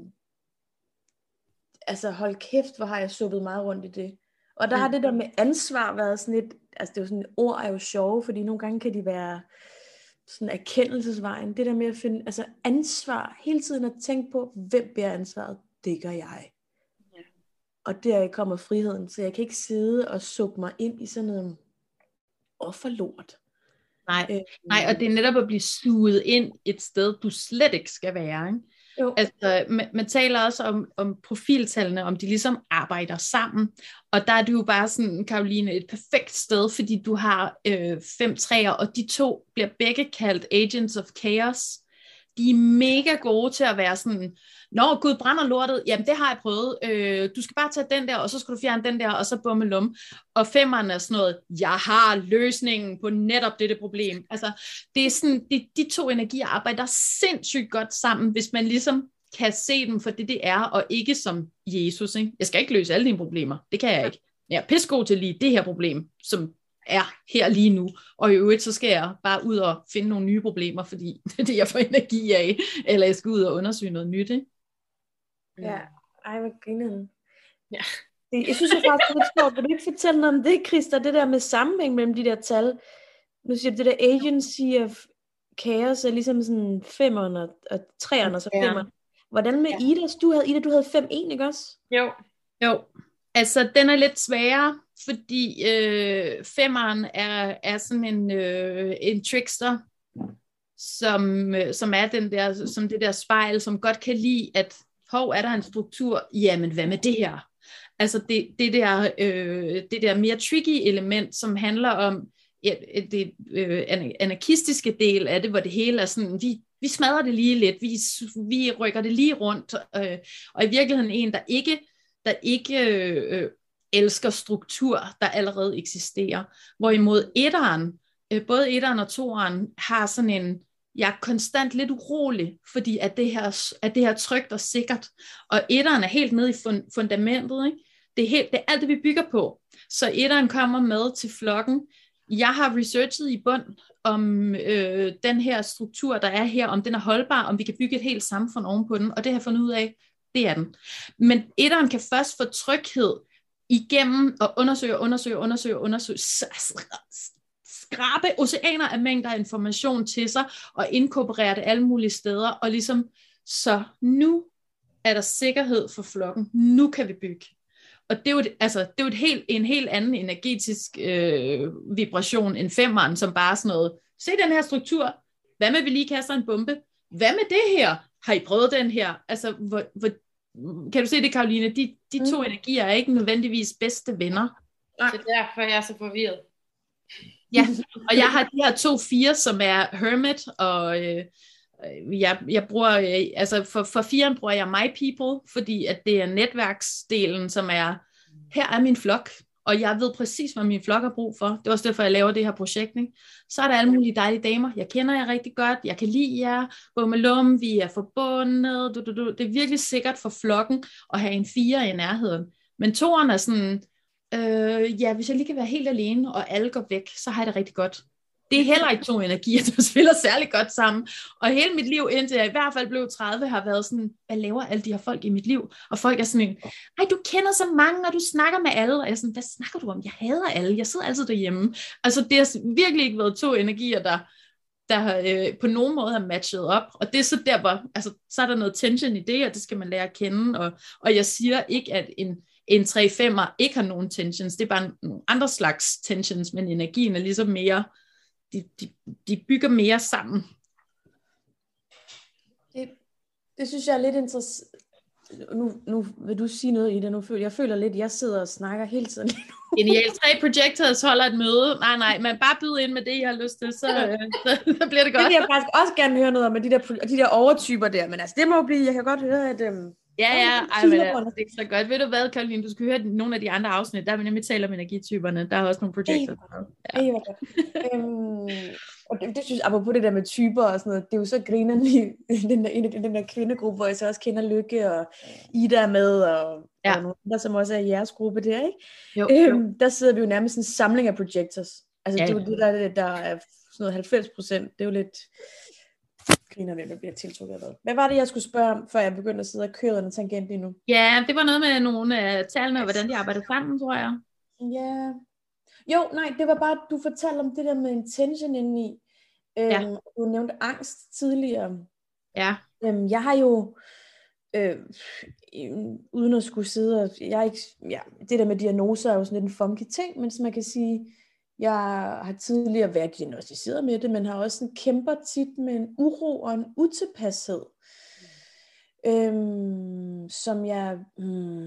B: Altså hold kæft, hvor har jeg suppet meget rundt i det. Og der har det der med ansvar været sådan et... Altså det er jo sådan, ord er jo sjove, fordi nogle gange kan de være... sådan erkendelsesvejen, det der med at finde altså ansvar, hele tiden at tænke på, hvem bærer ansvaret, det gør jeg. Ja. Og der kommer friheden, så jeg kan ikke sidde og sukke mig ind i sådan noget offerlort.
C: Nej, øh, nej, og det er netop at blive suget ind et sted, du slet ikke skal være, ikke? Jo. Altså, man, man taler også om, om profiltallene, om de ligesom arbejder sammen, og der er du jo bare sådan, Karoline, et perfekt sted, fordi du har øh, fem træer, og de to bliver begge kaldt Agents of Chaos. De er mega gode til at være sådan, nå Gud brænder lortet, jamen det har jeg prøvet, øh, du skal bare tage den der, og så skal du fjerne den der, og så bummelum. Og femmeren er sådan noget, jeg har løsningen på netop dette problem. Altså det er sådan, de, de to energier arbejder sindssygt godt sammen, hvis man ligesom kan se dem for det det er, og ikke som Jesus, ikke? Jeg skal ikke løse alle dine problemer, det kan jeg ikke. Jeg er pissegod til lige det her problem, som er her lige nu, og i øvrigt så skal jeg bare ud og finde nogle nye problemer, fordi det er det, jeg får energi af, eller jeg skal ud og undersøge noget nyt, ikke?
B: Ja, ej, hvad griner
D: ja.
B: Jeg synes det faktisk er lidt sjovt, vil du ikke fortælle noget om det, Christa, det der med sammenhæng mellem de der tal, nu siger du, det der agency of chaos er ligesom sådan femmeren og, og treeren og så femmeren. Hvordan med ja. Ida? Du havde, Ida, du havde fem en, ikke også?
D: Jo.
C: Jo, altså den er lidt sværere, fordi øh, femmeren er, er sådan en, øh, en trickster, som, øh, som er den der, som det der spejl, som godt kan lide, at hov, er der en struktur? Jamen, hvad med det her? Altså det, det, der, øh, det der mere tricky element, som handler om ja, det øh, anarkistiske del af det, hvor det hele er sådan, vi, vi smadrer det lige lidt, vi, vi rykker det lige rundt, øh, og i virkeligheden en, der ikke, der ikke øh, elsker struktur, der allerede eksisterer. Hvorimod etteren, øh, både etteren og toeren, har sådan en, jeg er konstant lidt urolig, fordi at det her, at det her trygt og sikkert, og etteren er helt nede i fund, fundamentet, ikke? Det er, helt, det er alt det, vi bygger på. Så etteren kommer med til flokken, jeg har researchet i bund om øh, den her struktur, der er her, om den er holdbar, om vi kan bygge et helt samfund ovenpå den, og det har jeg fundet ud af, det er den. Men etteren kan først få tryghed igennem at undersøge, undersøge, undersøge, undersøge, skrabe oceaner af mængder af information til sig, og inkorporere det alle mulige steder, og ligesom, så nu er der sikkerhed for flokken, nu kan vi bygge. Og det er jo, et, altså, det er jo et helt, en helt anden energetisk øh, vibration end femmeren, som bare sådan noget, se den her struktur, hvad med vi lige kaster en bombe, hvad med det her, har I prøvet den her, altså, hvor, hvor, kan du se det, Caroline, de, de to mm. energier er ikke nødvendigvis bedste venner.
D: Nej. Så derfor er jeg så forvirret.
C: Ja, og jeg har de her to fire, som er Hermit, og øh, jeg, jeg bruger, øh, altså for, for firen bruger jeg My People, fordi at det er netværksdelen, som er, her er min flok, og jeg ved præcis, hvad min flok har brug for. Det er også derfor, jeg laver det her projekt. Ikke? Så er der alle mulige dejlige damer. Jeg kender jer rigtig godt. Jeg kan lide jer. Bummelum, vi er forbundet. Du, du, du. Det er virkelig sikkert for flokken at have en fire i nærheden. Men toeren er sådan, øh, ja, hvis jeg lige kan være helt alene, og alle går væk, så har jeg det rigtig godt. Det er heller ikke to energier, der spiller særlig godt sammen. Og hele mit liv, indtil jeg i hvert fald blev tredive, har været sådan, hvad laver alle de her folk i mit liv? Og folk er sådan, ej, du kender så mange, og du snakker med alle. Og jeg er sådan, hvad snakker du om? Jeg hader alle. Jeg sidder altid derhjemme. Altså, det har virkelig ikke været to energier, der, der øh, på nogen måde har matchet op. Og det er så der, hvor, altså, så er der noget tension i det, og det skal man lære at kende. Og, og jeg siger ikke, at en, en tre femmer ikke har nogen tensions. Det er bare nogle andre slags tensions, men energien er ligesom mere... De, de, de bygger mere sammen.
B: Det, det synes jeg er lidt interessant. Nu, nu vil du sige noget i det. Nu føler, jeg føler lidt, at jeg sidder og snakker hele tiden lige nu.
C: Genialt. Tre projectors holder et møde. Nej, nej, men bare byde ind med det, I har lyst til, så, så, så bliver det godt.
B: Det vil jeg faktisk også gerne høre noget om, med de der, de der overtyper der. Men altså, det må blive, jeg kan godt høre, at... Øhm,
C: Ja, ja, ej, men det er så godt. Ved du hvad, Caroline, du skal høre nogle af de andre afsnit, der vil nemlig tale om energityperne. Der er også nogle projekter.
B: Ja. Ej, øhm, og det, det synes jeg, apropos det der med typer og sådan noget, det er jo så grinerne i den der, den, den der kvindegruppe, hvor jeg så også kender Lykke og Ida er med, og, ja. og nogle andre, som også er i jeres gruppe der, ikke?
C: Jo,
B: øhm,
C: jo.
B: Der sidder vi jo nærmest en samling af projectors. Altså, ja, det er jo det, der, der er sådan noget halvfems procent. Det er jo lidt... griner hvem der bliver tiltrukket af hvad. Hvad var det, jeg skulle spørge om, før jeg begyndte at sidde og køre den tangent lige nu?
C: Ja, det var noget med nogle af tallene, og hvordan de arbejder sammen, tror jeg.
B: Ja. Jo, nej, det var bare, du fortalte om det der med intention indeni. Øhm, ja. Du nævnte angst tidligere.
C: Ja.
B: Øhm, jeg har jo, øh, uden at skulle sidde og, jeg er ikke, ja, det der med diagnoser er jo sådan lidt en funky ting, men som man kan sige, jeg har tidligere været diagnosticeret med det, men har også en kæmper tit med en uro og en utilpashed, mm. øhm, som jeg mm,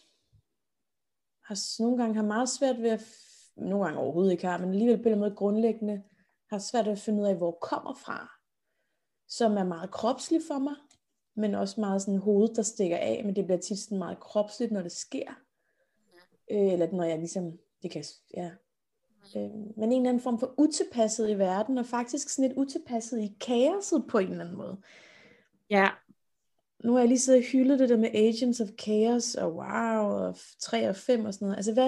B: har nogle gange har meget svært ved at, nogle gange overhovedet ikke har, men alligevel på en måde grundlæggende har svært ved at finde ud af, hvor det kommer fra, som er meget kropsligt for mig, men også meget sådan hovedet, der stikker af, men det bliver tit sådan meget kropsligt, når det sker, mm. øh, eller når jeg ligesom, det kan, ja, men en eller anden form for utilpasset i verden, og faktisk sådan lidt utilpasset i kaoset på en eller anden måde.
C: Ja.
B: Nu har jeg lige siddet og hyldet det der med Agents of Chaos, og wow, og tre og fem og sådan noget. Altså hvad...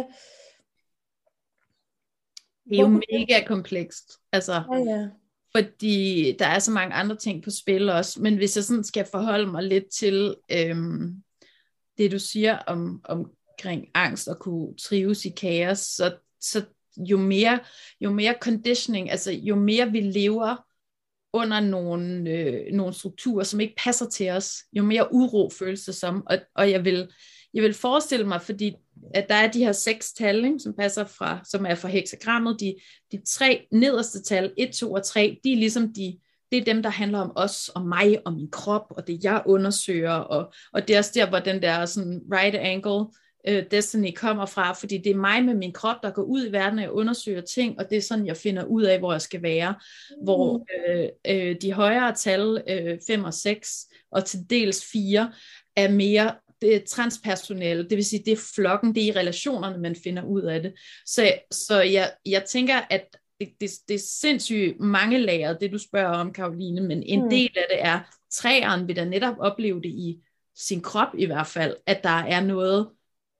C: Det er jo mega komplekst. Altså,
B: ja, ja.
C: Fordi der er så mange andre ting på spil også. Men hvis jeg sådan skal forholde mig lidt til øhm, det, du siger om, omkring angst og kunne trives i kaos, så, så jo mere, jo mere conditioning, altså jo mere vi lever under nogle, øh, nogle strukturer, som ikke passer til os, jo mere uro føles det som. Og, og jeg, vil, jeg vil forestille mig, fordi at der er de her seks tal, ikke, som passer fra, som er fra heksagrammet, de, de tre nederste tal, et, to og tre, de er ligesom de, det er dem, der handler om os, og mig, og min krop, og det jeg undersøger, og, og det er også der, hvor den der sådan right angle Destiny kommer fra, fordi det er mig med min krop, der går ud i verden, og jeg undersøger ting, og det er sådan, jeg finder ud af, hvor jeg skal være. Mm. Hvor øh, øh, de højere tal, øh, fem og seks, og til dels fire, er mere det er transpersonelle, det vil sige, det er flokken, det er i relationerne, man finder ud af det. Så, så jeg, jeg tænker, at det, det, det er sindssygt mange lager, det du spørger om, Caroline, men en mm. del af det er, træeren vil da netop opleve det i sin krop i hvert fald, at der er noget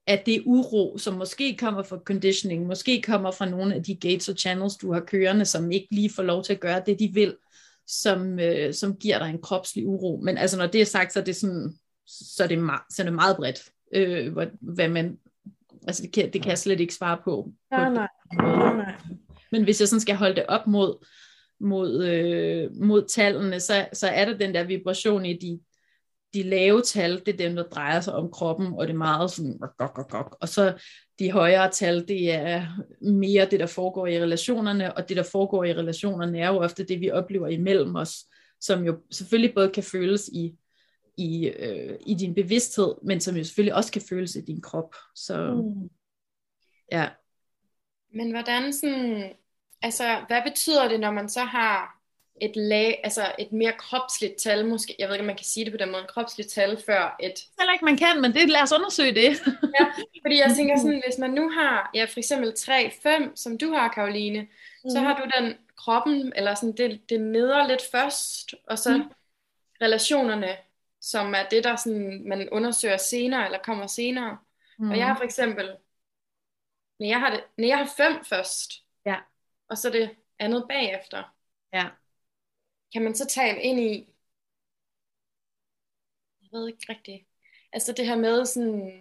C: at det uro, som måske kommer fra conditioning, måske kommer fra nogle af de gates og channels, du har kørende, som ikke lige får lov til at gøre det, de vil, som, øh, som giver dig en kropslig uro. Men altså, når det er sagt, så er det, sådan, så er det, meget, så er det meget bredt, øh, hvad, hvad man, altså det kan, det kan jeg slet ikke svare på.
B: Nej,
C: på
B: nej, nej, nej.
C: Men hvis jeg sådan skal holde det op mod, mod, øh, mod tallene, så, så er der den der vibration i de, de lave tal, det er dem, der drejer sig om kroppen, og det er meget sådan, gok, gok, gok. Og så de højere tal, det er mere det, der foregår i relationerne, og det, der foregår i relationerne, er jo ofte det, vi oplever imellem os, som jo selvfølgelig både kan føles i, i, øh, i din bevidsthed, men som jo selvfølgelig også kan føles i din krop. Så
B: Mm.
C: ja.
D: Men hvordan sådan, altså hvad betyder det, når man så har et lag, altså et mere kropsligt tal, måske, jeg ved ikke, om man kan sige det på den måde, et kropsligt tal før et...
C: Heller ikke man kan, men det, lad os undersøge det.
D: Ja, fordi jeg tænker sådan, hvis man nu har, ja for eksempel tre fem, som du har, Karoline, mm. så har du den kroppen, eller sådan det, det nedre lidt først, og så mm. relationerne, som er det, der sådan, man undersøger senere, eller kommer senere. Mm. Og jeg har for eksempel, når jeg har, det, når jeg har fem først,
C: ja.
D: og så det andet bagefter,
C: ja.
D: kan man så tale ind i, jeg ved ikke rigtigt, altså det her med sådan,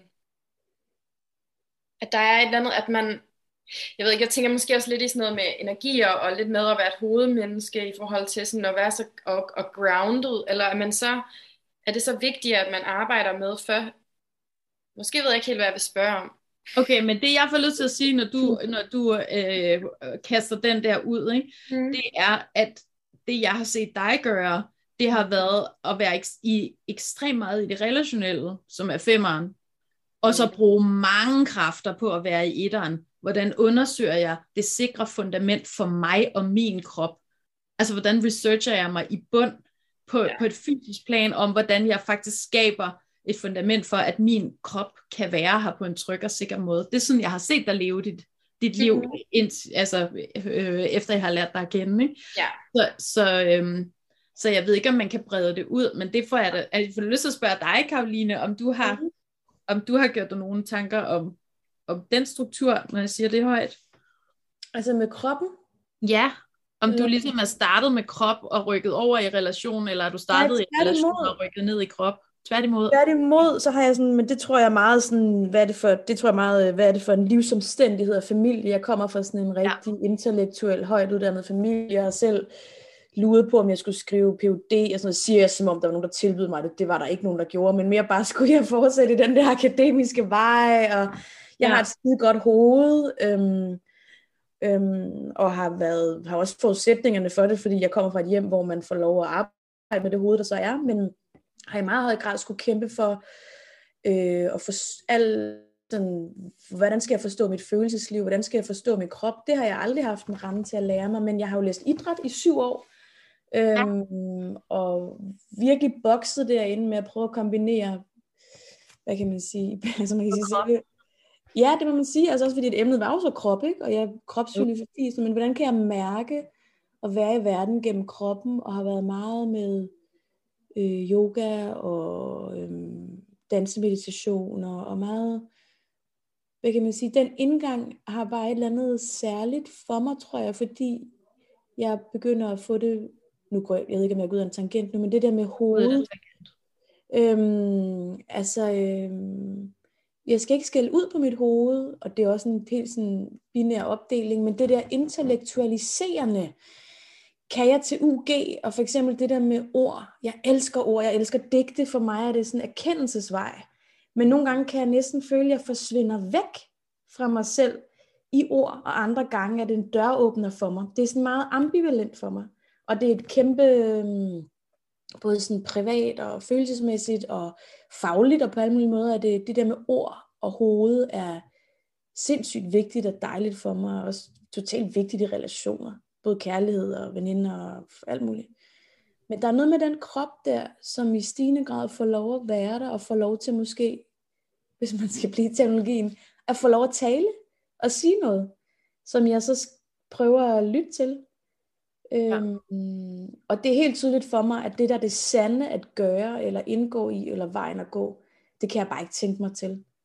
D: at der er et eller andet, at man, jeg ved ikke, jeg tænker måske også lidt i sådan noget med energier, og lidt med at være et hovedmenneske, i forhold til sådan at være så, og, og grounded, eller er man så, er det så vigtigt, at man arbejder med før, måske ved jeg ikke helt, hvad jeg vil spørge om.
C: Okay, men det jeg får lyst til at sige, når du, når du øh, kaster den der ud, ikke, mm. det er, at det jeg har set dig gøre, det har været at være ek- i ekstremt meget i det relationelle, som er femmeren, og så bruge mange kræfter på at være i etteren. Hvordan undersøger jeg det sikre fundament for mig og min krop? Altså hvordan researcher jeg mig i bund på, ja. på et fysisk plan, om hvordan jeg faktisk skaber et fundament for, at min krop kan være her på en tryg og sikker måde. Det er sådan, jeg har set dig leve dit, dit liv, mm-hmm. ind, altså, øh, efter jeg har lært dig at kende. Ikke?
D: Ja.
C: Så, så, øhm, så jeg ved ikke, om man kan brede det ud, men det får jeg da. Jeg får lyst til at spørge dig, Karoline, om du har, mm-hmm. om du har gjort dig nogle tanker om, om den struktur, når jeg siger det højt.
B: Altså med kroppen?
C: Ja. Om du ligesom er startet med krop og rykket over i relation, eller er du startet i relation og rykket ned i krop? Tværtimod.
B: Tværtimod, så har jeg sådan, men det tror jeg meget sådan, hvad er det for, det tror jeg meget, hvad er det for en livsomstændighed og familie. Jeg kommer fra sådan en rigtig ja. intellektuel, højt uddannet familie. Jeg har selv luret på, om jeg skulle skrive P H D, og sådan noget, siger jeg, som om der var nogen, der tilbød mig det. Det var der ikke nogen, der gjorde, men mere bare skulle jeg fortsætte i den der akademiske vej, og jeg ja. har et skide godt hoved, øhm, øhm, og har, været, har også forudsætningerne for det, fordi jeg kommer fra et hjem, hvor man får lov at arbejde med det hoved, der så er, men har i meget høj grad skulle kæmpe for øh, at for al sådan, hvordan skal jeg forstå mit følelsesliv, hvordan skal jeg forstå min krop. Det har jeg aldrig haft en ramme til at lære mig, men jeg har jo læst idræt i syv år, øhm, ja. og virkelig bokset derinde med at prøve at kombinere, hvad kan man sige, altså man kan sige, ja, det må man sige, altså også fordi et emne var jo så krop, ikke? Og jeg er kropsfilosofi, men hvordan kan jeg mærke at være i verden gennem kroppen, og har været meget med Øh, yoga og øh, dansemeditationer og meget, hvad kan man sige, den indgang har bare et eller andet særligt for mig, tror jeg, fordi jeg begynder at få det, nu går jeg, jeg ved ikke, om jeg går ud af en tangent nu, men det der med hovedet, øhm, altså, øhm, jeg skal ikke skælde ud på mit hoved, og det er også en helt sådan binær opdeling, men det der intellektualiserende, kan jeg til U G, og for eksempel det der med ord, jeg elsker ord, jeg elsker digte, for mig er det sådan en erkendelsesvej, men nogle gange kan jeg næsten føle, at jeg forsvinder væk fra mig selv i ord, og andre gange er det en døråbner for mig. Det er sådan meget ambivalent for mig, og det er et kæmpe, både sådan privat og følelsesmæssigt og fagligt, og på alle mulige måder, at det, det der med ord og hoved er sindssygt vigtigt og dejligt for mig, og også totalt vigtigt i relationer. Både kærlighed og veninder og alt muligt. Men der er noget med den krop der, som i stigende grad får lov at være der, og får lov til måske, hvis man skal blive teknologien, at få lov at tale og sige noget, som jeg så prøver at lytte til. Ja. Øhm, og det er helt tydeligt for mig, at det der er det sande at gøre, eller indgå i, eller vejen at gå, det kan jeg bare ikke tænke mig til.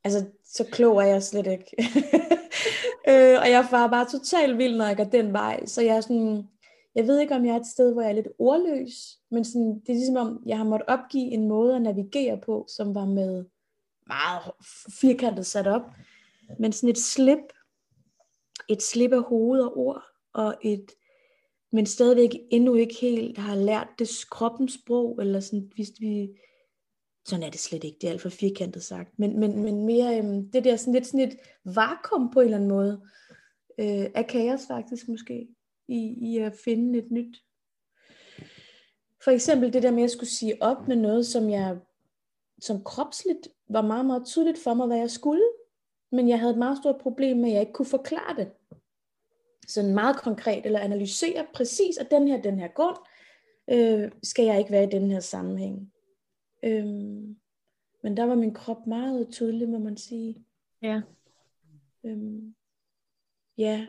B: altså, så klog er jeg slet ikke. øh, og jeg var bare totalt vild, når jeg går den vej. Så jeg er sådan, jeg ved ikke, om jeg er et sted, hvor jeg er lidt ordløs, men sådan, det er ligesom om, jeg har måttet opgive en måde at navigere på, som var med meget firkantet sat op, men sådan et slip, et slip af hoved og ord, og et, men stadigvæk endnu ikke helt har lært det kroppens sprog, eller sådan, hvis vi, sådan er det slet ikke, det er alt for firkantet sagt, men, men, men mere øhm, det der sådan lidt sådan et vakuum på en eller anden måde, øh, af kaos faktisk måske, i, i at finde et nyt. For eksempel det der med at skulle sige op med noget, som jeg, som kropsligt var meget, meget tydeligt for mig, hvad jeg skulle, men jeg havde et meget stort problem med, at jeg ikke kunne forklare det. Sådan meget konkret, eller analysere præcis, at den her, den her grund, øh, skal jeg ikke være i den her sammenhæng. Øhm, men der var min krop meget tydelig, må man sige.
C: Ja.
B: Øhm, ja.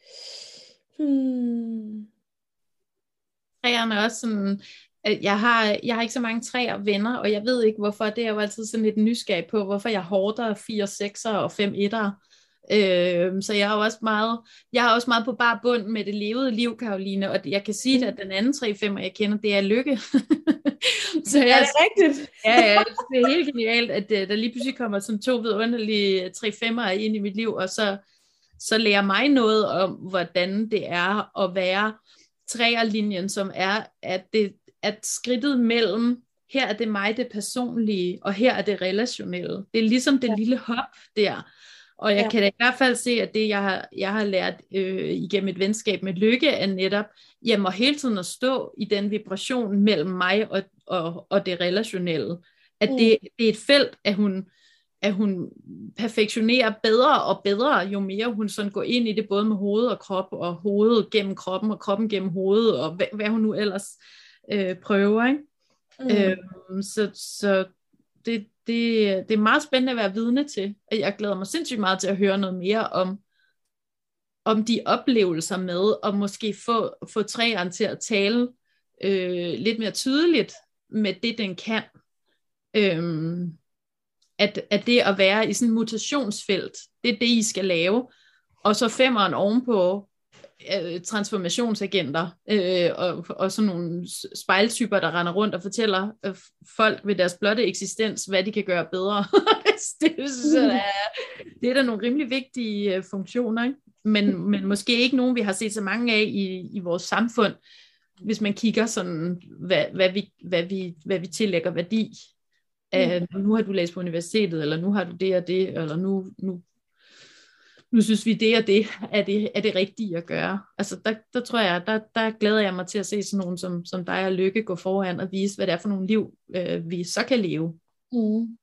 B: Hmm.
C: Træerne er også sådan, jeg har, jeg har ikke så mange træer venner, og jeg ved ikke hvorfor, det er jo altid sådan lidt nysgerrig på, hvorfor jeg hårder fire sekser og fem etter. Øh, så jeg har også meget, jeg har også meget på bare bund med det levede liv, Caroline, og jeg kan sige, at den anden tre femmer, jeg kender, det er Lykke. Så jeg,
B: er det rigtigt?
C: Ja, ja, det er helt genialt, at der lige pludselig kommer sådan to vidunderlige tre femmer ind i mit liv, og så, så lærer mig noget om, hvordan det er at være træerlinjen, som er, at, det, at skridtet mellem, her er det mig, det personlige, og her er det relationelle. Det er ligesom det ja. lille hop der. Og jeg ja. kan da i hvert fald se, at det, jeg har, jeg har lært øh, igennem et venskab med Lykke, er netop, jeg må hele tiden at stå i den vibration mellem mig og, og, og det relationelle. At mm. det, det er et felt, at hun, at hun perfektionerer bedre og bedre, jo mere hun sådan går ind i det, både med hoved og krop, og hovedet gennem kroppen, og kroppen gennem hovedet, og hvad, hvad hun nu ellers øh, prøver. Ikke? Mm. Øh, så så det, det, det er meget spændende at være vidne til, og jeg glæder mig sindssygt meget til at høre noget mere om, om de oplevelser med, og måske få, få træeren til at tale øh, lidt mere tydeligt med det, den kan. Øhm, at, at det at være i sådan et mutationsfelt, det er det, I skal lave. Og så femmeren ovenpå øh, transformationsagenter, øh, og, og sådan nogle spejltyper, der render rundt og fortæller øh, folk ved deres blotte eksistens, hvad de kan gøre bedre. det, synes jeg, er, det er da nogle rimelig vigtige øh, funktioner, ikke? Men, men måske ikke nogen, vi har set så mange af i, i vores samfund, hvis man kigger sådan, hvad, hvad, vi, hvad, vi, hvad vi tillægger værdi. Uh, nu har du læst på universitetet, eller nu har du det og det, eller nu, nu, nu synes vi det og det er, det, er det rigtige at gøre. Altså der, der tror jeg, der, der glæder jeg mig til at se sådan nogen som, som dig og Lykke gå foran og vise, hvad det er for nogle liv, uh, vi så kan leve.
B: Mm.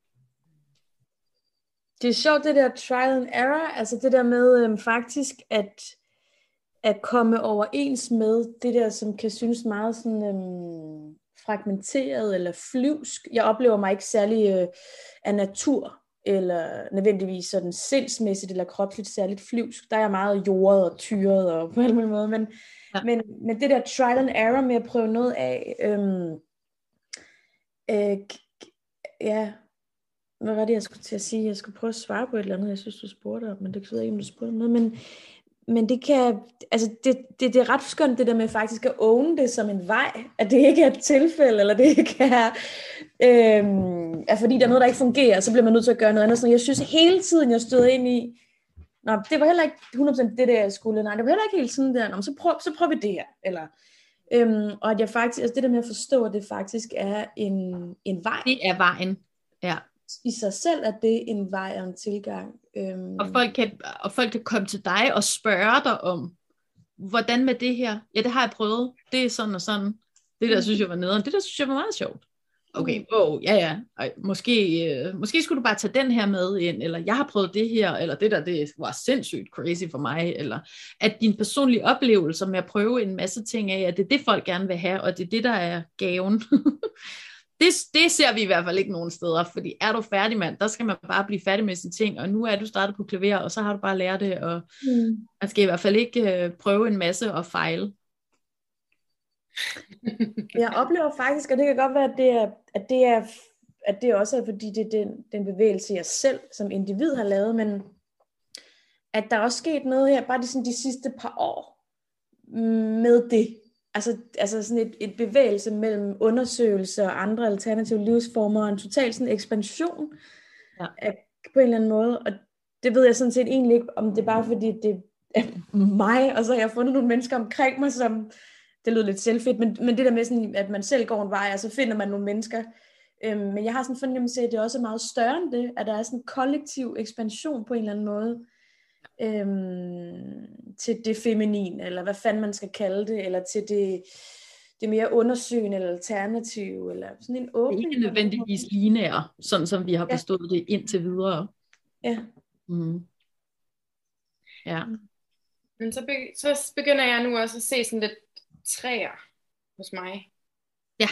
B: Det er sjovt, det der trial and error, altså det der med øhm, faktisk at, at komme overens med det der, som kan synes meget sådan øhm, fragmenteret eller flyvsk. Jeg oplever mig ikke særlig øh, af natur, eller nødvendigvis sådan sindsmæssigt eller kropsligt særligt flyvsk. Der er jeg meget jordet og tyret og på alle mulige måder, men, ja. men, men det der trial and error med at prøve noget af, øhm, øh, ja, hvad var det, jeg skulle til at sige? Jeg skulle prøve at svare på et eller andet, jeg synes, du spurgte om, men det ved jeg ikke, om du spurgte om noget, men, men det kan, altså det, det, det er ret skønt, det der med faktisk at own det som en vej, at det ikke er et tilfælde, eller det ikke er, øhm, at fordi der er noget, der ikke fungerer, så bliver man nødt til at gøre noget andet. Så jeg synes hele tiden, jeg stod ind i, nå, det var heller ikke hundrede procent det der, jeg skulle, nej, det var heller ikke helt sådan der, nå, så prøv, så prøver vi det her, eller, øhm, og at jeg faktisk, altså det der med at forstå, at det faktisk er en, en vej.
C: Det er vejen, ja.
B: I sig selv er det en vej og en tilgang. Øhm.
C: Og, folk kan, og folk kan komme til dig og spørge dig om, hvordan med det her? Ja, det har jeg prøvet. Det er sådan og sådan. Det der synes jeg var nederen. Det der synes jeg var meget sjovt. Okay, wow, ja ja. Ej, måske, øh, måske skulle du bare tage den her med ind, eller jeg har prøvet det her, eller det der, det var sindssygt crazy for mig, eller at din personlige oplevelser med at prøve en masse ting af, at det er det, folk gerne vil have, og det er det, der er gaven. Det, det ser vi i hvert fald ikke nogen steder, fordi er du færdig, mand, der skal man bare blive færdig med sine ting, og nu er du startet på klaver, og så har du bare lært det, og mm. man skal i hvert fald ikke øh, prøve en masse og fejle.
B: Jeg oplever faktisk, og det kan godt være, at det er, at det er at det også er, fordi det er den, den bevægelse, jeg selv som individ har lavet, men at der er også sket noget her, bare de, sådan, de sidste par år, med det. Altså, altså sådan et, et bevægelse mellem undersøgelse og andre alternative livsformer, og en total sådan ekspansion ja. af, på en eller anden måde, og det ved jeg sådan set egentlig ikke, om det er bare fordi, det er mig, og så har jeg fundet nogle mennesker omkring mig, som, det lyder lidt selvfedt, men, men det der med sådan, at man selv går en vej, og så finder man nogle mennesker, øhm, men jeg har sådan fornemmelse af, at det er også meget større end det, at der er sådan en kollektiv ekspansion på en eller anden måde, øhm, til det feminine, eller hvad fanden man skal kalde det, eller til det, det mere undersøgende, eller alternativ, eller sådan en åbning.
C: Det er ikke nødvendigvis lineær, sådan som vi har forstået ja. det indtil videre.
B: Ja.
C: Mm. Ja.
D: Men så, begy- så begynder jeg nu også at se sådan lidt træer hos mig.
C: Ja.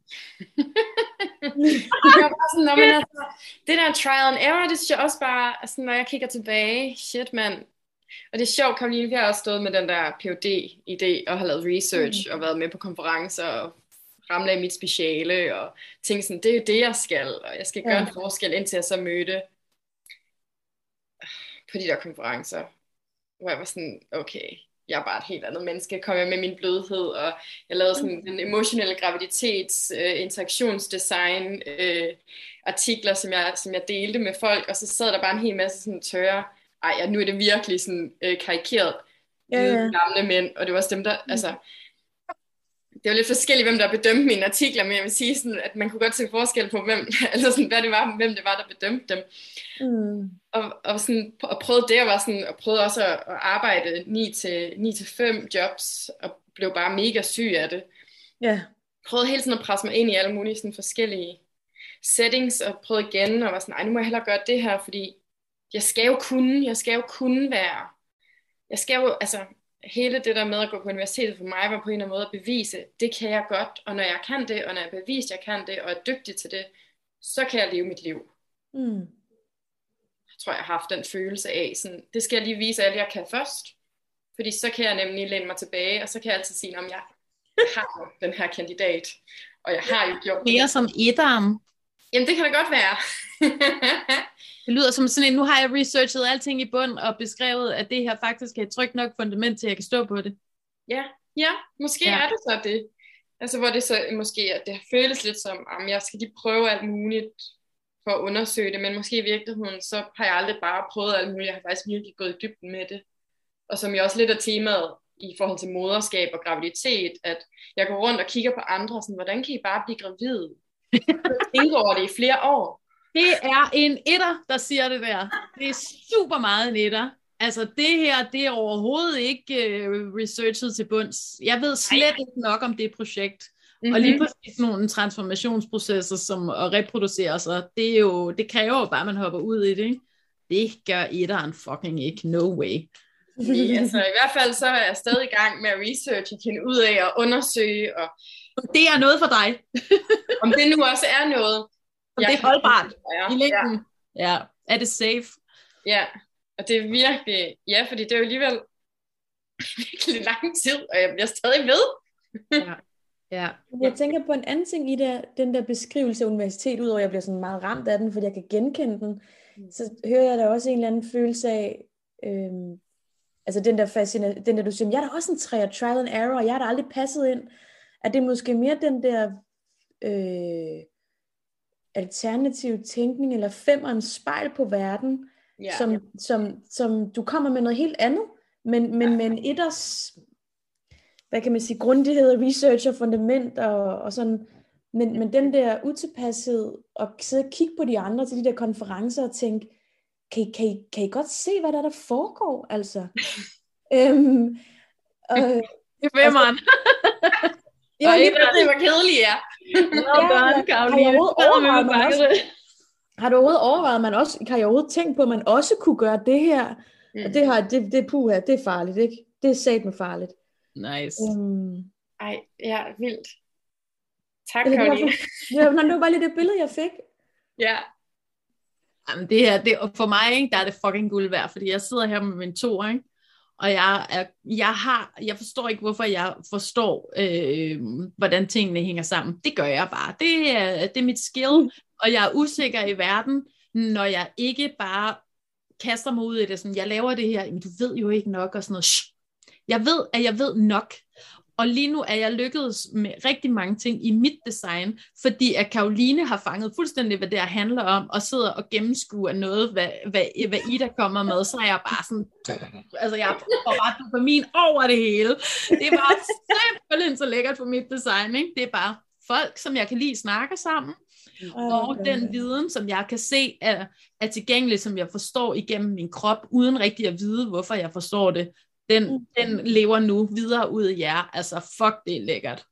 D: det, sådan, når man altså, det der trial and error, det synes jeg også bare, altså, når jeg kigger tilbage, shit mand. Og det er sjovt, Karoline, vi har også stået med den der P H D-idé, og har lavet research, mm. og været med på konferencer, og ramlet af mit speciale, og tænkt sådan, det er jo det, jeg skal, og jeg skal gøre ja. en forskel, indtil jeg så mødte på de der konferencer, hvor jeg var sådan, okay, jeg er bare et helt andet menneske, kom jeg med min blødhed, og jeg lavede sådan den emotionelle graviditets, øh, interaktionsdesign, øh, artikler, som jeg, som jeg delte med folk, og så sad der bare en hel masse sådan tørre, ej, ja, nu er det virkelig sådan øh, karikeret,
B: ja, ja.
D: gamle mænd, og det var også dem, der, mm. altså, det var lidt forskelligt, hvem der bedømte mine artikler, men jeg vil sige sådan, at man kunne godt se forskel på, hvem, altså sådan, hvad det var, hvem det var, der bedømte dem. Mm. Og, og, sådan, og prøvede det, og var sådan, og prøvede også at, at arbejde ni til fem jobs, og blev bare mega syg af det.
B: Yeah.
D: Prøvede hele tiden at presse mig ind i alle mulige sådan, forskellige settings, og prøvede igen, og var sådan, ej, nu må jeg hellere gøre det her, fordi jeg skal jo kunne, jeg skal jo kunne være, jeg skal jo, altså, hele det der med at gå på universitetet for mig var på en eller anden måde at bevise, det kan jeg godt, og når jeg kan det, og når jeg har bevist, jeg kan det, og er dygtig til det, så kan jeg leve mit liv. Mm. Jeg tror, jeg har haft den følelse af, sådan, det skal jeg lige vise alle, jeg kan først, fordi så kan jeg nemlig læne mig tilbage, og så kan jeg altid sige, om jeg har den her kandidat, og jeg har jo gjort
C: mere som etarm.
D: Jamen, det kan da godt være.
C: Det lyder som sådan en, nu har jeg researchet alting i bund og beskrevet, at det her faktisk er et trygt nok fundament til, at jeg kan stå på det.
D: Ja, ja, måske ja. er det så det. Altså, hvor det så måske, at det føles lidt som, at jeg skal lige prøve alt muligt for at undersøge det, men måske i virkeligheden, så har jeg aldrig bare prøvet alt muligt. Jeg har faktisk virkelig gået i dybden med det. Og som jeg også lidt er temaet i forhold til moderskab og graviditet, at jeg går rundt og kigger på andre, sådan, hvordan kan I bare blive gravid? Jeg tænker over det i flere år.
C: Det er en etter, der siger det der. Det er super meget en etter. Altså det her, det er overhovedet ikke uh, researchet til bunds. Jeg ved slet Ej. ikke nok om det projekt. Mm-hmm. Og lige præcis nogle transformationsprocesser, som at reproducere sig, det, er jo, det kræver jo bare, at man hopper ud i det. Ikke? Det gør etteren fucking ikke. No way.
D: Ja, altså, i hvert fald så er jeg stadig i gang med at researche, finde ud af og undersøge. Og
C: det er noget for dig.
D: Om det nu også er noget.
C: Om det er holdbart i længden. Ja. ja. Er det safe?
D: Ja, og det er virkelig, ja, fordi det er jo alligevel virkelig lang tid, og jeg bliver stadig ved.
C: ja. Ja.
B: Jeg tænker på en anden ting i det, den der beskrivelse af universitet, udover at jeg bliver sådan meget ramt af den, fordi jeg kan genkende den, så hører jeg da også en eller anden følelse af, øhm, altså den der fascination, den der du siger, jeg er da også en træer, trial and error, og jeg har da aldrig passet ind, at det er måske mere den der øh, alternative tænkning, eller femmerens spejl på verden, ja, som, ja. Som, som du kommer med noget helt andet, men, men, ja. men etters, hvad kan man sige, grundighed og research og fundament og, og sådan, men, men den der utilpashed og sidde og kigge på de andre til de der konferencer og tænke, kan I, kan I, kan I godt se, hvad der, der foregår, altså? øhm, og,
C: det er femmeren.
D: Altså, ja, og ikke det var kedeligt, ja.
B: Har du overhovedet overvejet, man også, kan I overhovedet tænke på, at man også kunne gøre det her? Mm. Og det her, det, det puha, det er farligt, ikke? Det er satme farligt.
C: Nice.
B: Um,
D: Ej, ja, vildt. Tak, Karoline.
B: Ja, men det var bare lige det billede, jeg fik.
D: Ja.
C: Jamen det her, det, for mig, ikke, der er det fucking guld værd, fordi jeg sidder her med min to, ikke? Og jeg, er, jeg, har, jeg forstår ikke, hvorfor jeg forstår, øh, hvordan tingene hænger sammen. Det gør jeg bare. Det er, det er mit skill, og jeg er usikker i verden, når jeg ikke bare kaster mig ud i det. Sådan, jeg laver det her, men du ved jo ikke nok, og sådan noget. Shh. Jeg ved, at jeg ved nok. Og lige nu er jeg lykkedes med rigtig mange ting i mit design, fordi at Caroline har fanget fuldstændig, hvad det her handler om, og sidder og gennemskuer noget, hvad, hvad, hvad Ida kommer med, så er jeg bare sådan, altså jeg får bare dopamin over det hele. Det er bare simpelthen så lækkert for mit design, ikke? Det er bare folk, som jeg kan lide snakke sammen, og den viden, som jeg kan se er, er tilgængelig, som jeg forstår igennem min krop, uden rigtig at vide, hvorfor jeg forstår det. Den, den lever nu videre ud i jer. Altså, fuck, det er lækkert.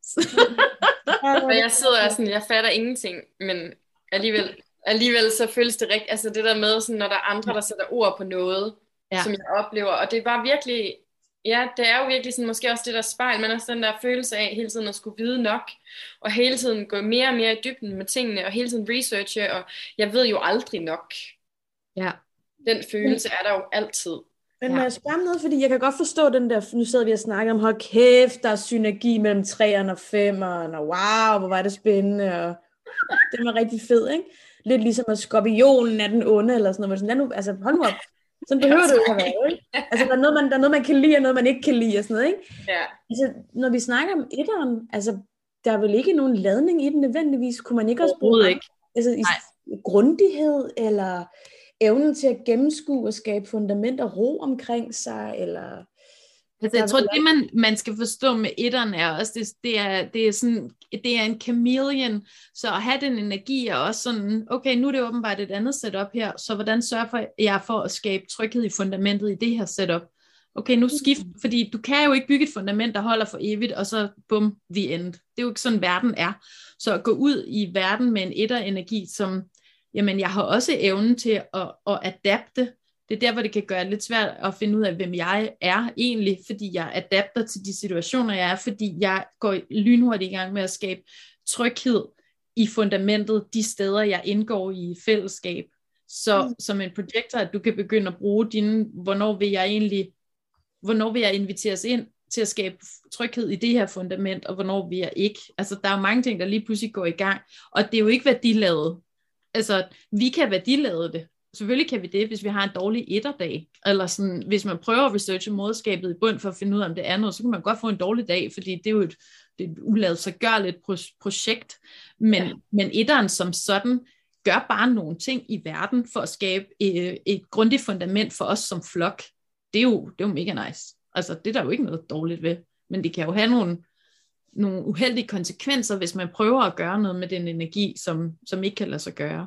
D: Og jeg sidder og sådan, jeg fatter ingenting, men alligevel, alligevel så føles det rigtigt. Altså det der med, sådan, når der er andre, der sætter ord på noget, ja. Som jeg oplever. Og det var virkelig, ja, det er jo virkelig sådan, måske også det der spejl, men også den der følelse af hele tiden at skulle vide nok, og hele tiden gå mere og mere i dybden med tingene, og hele tiden researche, og jeg ved jo aldrig nok.
C: Ja.
D: Den følelse er der jo altid.
B: Men må jeg spørge om noget, fordi jeg kan godt forstå den der, nu sidder vi og snakker om, hold kæft, der er synergi mellem treeren og femeren, og wow, hvor var det spændende, og det var rigtig fed, ikke? Lidt ligesom at skorpionen er den onde, eller sådan noget, sådan, nu, altså hold nu op, sådan behøver det jo ikke at være, ikke? Altså der er, noget, man, der er noget, man kan lide, og noget, man ikke kan lide, og sådan noget, ikke?
D: Ja.
B: Altså, når vi snakker om etteren, altså, der er vel ikke nogen ladning i den nødvendigvis, kunne man ikke også bruge
C: ikke.
B: Altså, i grundighed, eller evnen til at gennemskue og skabe fundament og ro omkring sig, eller...
C: Altså, jeg tror, det man, man skal forstå med etteren er også, det, det, er, det, er sådan, det er en chameleon, så at have den energi er også sådan, okay, nu er det åbenbart et andet setup her, så hvordan sørger for, jeg for at skabe tryghed i fundamentet i det her setup? Okay, nu skift, fordi du kan jo ikke bygge et fundament, der holder for evigt, og så bum, the end. Det er jo ikke sådan, verden er. Så at gå ud i verden med en etter-energi, som jamen jeg har også evnen til at, at adapte. Det er der, hvor det kan gøre det lidt svært at finde ud af, hvem jeg er egentlig, fordi jeg adapter til de situationer, jeg er, fordi jeg går lynhurtigt i gang med at skabe tryghed i fundamentet, de steder, jeg indgår i fællesskab. Så mm. som en projektor, at du kan begynde at bruge dine, hvornår vil jeg egentlig, hvornår vil jeg inviteres ind til at skabe tryghed i det her fundament, og hvornår vil jeg ikke. Altså, der er jo mange ting, der lige pludselig går i gang, og det er jo ikke værdiladet. Altså, vi kan værdilade det. Selvfølgelig kan vi det, hvis vi har en dårlig etterdag. Eller sådan, hvis man prøver at researche moderskabet i bund for at finde ud af, om det er noget, så kan man godt få en dårlig dag, fordi det er jo et, det er et uladsiggørligt projekt. Men, ja. men etteren som sådan gør bare nogle ting i verden for at skabe et, et grundigt fundament for os som flok. Det er jo, det er jo mega nice. Altså, det er der jo ikke noget dårligt ved. Men det kan jo have nogle nogle uheldige konsekvenser, hvis man prøver at gøre noget med den energi, som, som ikke kan lade sig gøre.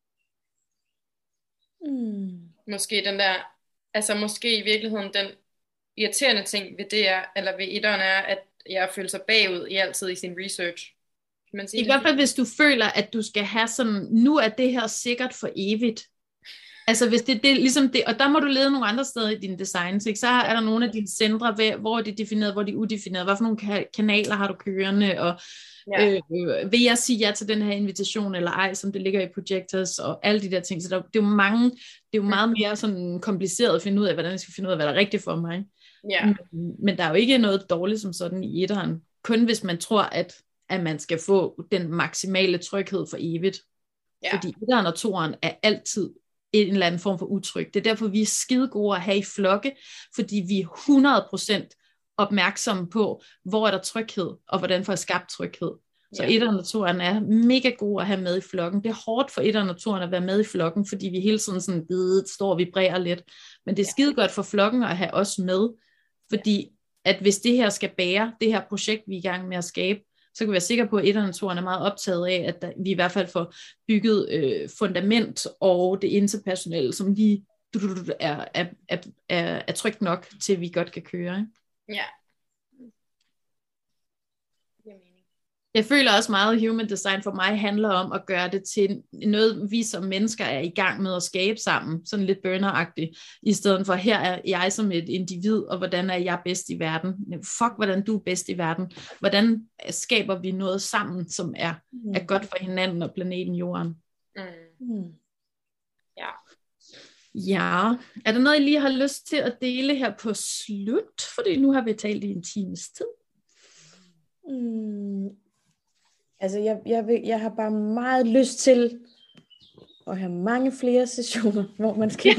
D: Mm. Måske den der, altså måske i virkeligheden den irriterende ting ved det er, eller ved etteren er, at jeg føler sig bagud i altid i sin research. Kan man sige
C: I
D: det?
C: hvert fald hvis du føler, at du skal have sådan, nu er det her sikkert for evigt. Altså hvis det, det er ligesom det, og der må du lede nogle andre steder i dine designs, ikke? Så er der nogle af dine centre, hvor er de defineret, hvor er de udefineret, hvad for nogle kanaler har du kørende, og ja. øh, vil jeg sige ja til den her invitation, eller ej, som det ligger i projectors, og alle de der ting, så der, det er jo mange, det er jo meget mere sådan kompliceret at finde ud af, hvordan jeg skal finde ud af, hvad der er rigtigt for mig.
D: Ja.
C: Men, men der er jo ikke noget dårligt som sådan i etteren, kun hvis man tror, at, at man skal få den maksimale tryghed for evigt. Ja. Fordi etteren og toeren er altid en eller anden form for utryg. Det er derfor, vi er skide gode at have i flokke, fordi vi er hundrede procent opmærksomme på, hvor er der tryghed, og hvordan får jeg skabt tryghed. Så ja. etteren og toeren er mega gode at have med i flokken. Det er hårdt for etteren og toeren at være med i flokken, fordi vi hele tiden sådan bedet, står og vibrerer lidt. Men det er skide godt for flokken at have os med, fordi at hvis det her skal bære, det her projekt, vi er i gang med at skabe, så kan vi være sikre på, at etteren og toeren er meget optaget af, at vi i hvert fald får bygget øh, fundament og det interpersonelle, som lige er, er, er, er, er trygt nok, til vi godt kan køre. Ikke?
D: Ja.
C: Jeg føler også meget, at human design for mig handler om at gøre det til noget, vi som mennesker er i gang med at skabe sammen, sådan lidt burner-agtigt, i stedet for, her er jeg som et individ, og hvordan er jeg bedst i verden? Fuck, hvordan du er bedst i verden. Hvordan skaber vi noget sammen, som er, mm. er godt for hinanden og planeten Jorden?
D: Mm. Mm. Ja.
C: Ja, er der noget, I lige har lyst til at dele her på slut? Fordi nu har vi talt i en times tid.
B: Mm. Altså, jeg, jeg, vil, jeg har bare meget lyst til at have mange flere sessioner, hvor man skal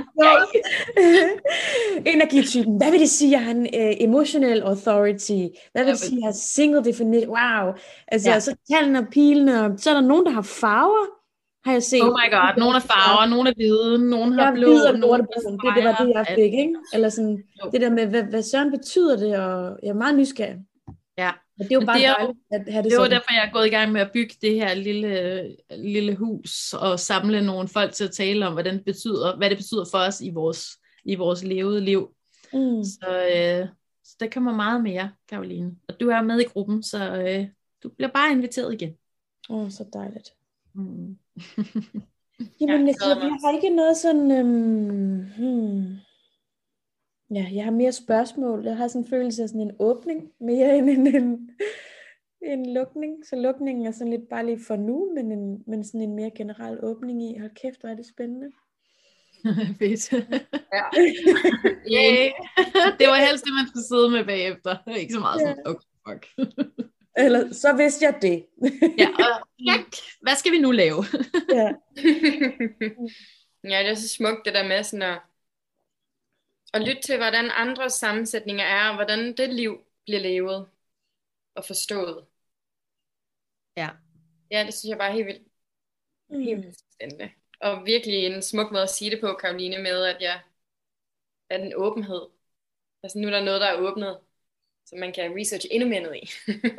B: energitypen. Hvad vil det sige, at jeg har en uh, emotional authority? Hvad vil det sige, at jeg har single definition? Wow. Altså, ja. Så tallene og pilene, og så er der nogen, der har farver, har jeg set.
C: Oh my god, nogle er farver, nogle er hvide, nogle har blå,
B: nogle
C: nogle
B: er brun. Det, det var det, jeg fik, ikke? Eller sådan, det der med, hvad, hvad søren betyder det, og jeg er meget nysgerrig.
C: Ja.
B: Men det er jo bare
C: det er,
B: dejligt at have det,
C: det var
B: sådan.
C: derfor, jeg er gået i gang med at bygge det her lille, lille hus, og samle nogle folk til at tale om, hvad det betyder, hvad det betyder for os i vores, i vores levede liv. Mm. Så, øh, så der kommer meget mere, Caroline. Og du er med i gruppen, så øh, du bliver bare inviteret igen.
B: Åh, oh, så dejligt. Mm.
D: Ja,
B: Jamen, jeg, jeg, jeg har ikke noget sådan... Øhm, hmm. Ja, jeg har mere spørgsmål. Jeg har sådan en følelse af sådan en åbning, mere end en, en, en lukning. Så lukningen er sådan lidt bare lige for nu, men, en, men sådan en mere generel åbning i. Hold kæft, hvor er det spændende.
C: Fedt.
D: Ja.
C: Yeah. Det var helst det, man skulle sidde med bagefter. Ikke så meget sådan, okay, fuck.
B: Eller, så vidste jeg det.
C: Ja, og jak, hvad skal vi nu lave?
B: Ja.
D: Ja, det er så smukt det der med sådan at, at lytte til, hvordan andres sammensætninger er, og hvordan det liv bliver levet og forstået.
C: Ja.
D: Ja, det synes jeg bare er helt vildt, mm. helt vildt spændende. Og virkelig en smuk måde at sige det på, Caroline, med at jeg er den åbenhed. Altså nu er der noget, der er åbnet, så man kan researche endnu mere ned i.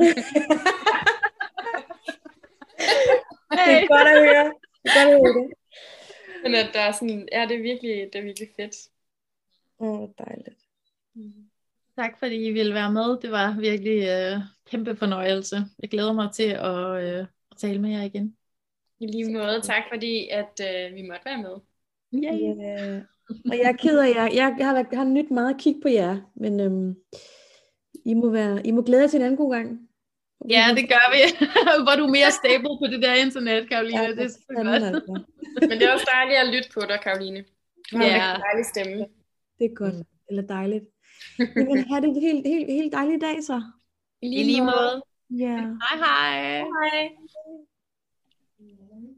B: Det er godt at høre. Det er godt at høre det.
D: Men at der er sådan, ja, det er virkelig, det er virkelig fedt.
B: Åh, oh, dejligt.
C: Mm. Tak fordi I ville være med. Det var virkelig øh, kæmpe fornøjelse. Jeg glæder mig til at, øh, at tale med jer igen.
D: I lige måde. Tak fordi, at øh, vi måtte være med.
B: Yay. Yeah. Og jeg er ked af jer. Jeg, jeg, har, jeg har nyt meget at kigge på jer, men øhm, I, må være, I må glæde jer til en anden god gang.
C: Ja, det gør vi. Hvor du er mere stable på det der internet, Caroline. Ja, det er så godt. Altså.
D: Men det er også dejligt at lytte på dig, Caroline. Du har ja. en dejlig stemme.
B: Det er godt. Eller dejligt. Jamen, have det en helt, helt, helt dejlig dag så.
C: I lige måde.
B: Ja.
C: Hej hej.
D: Hej.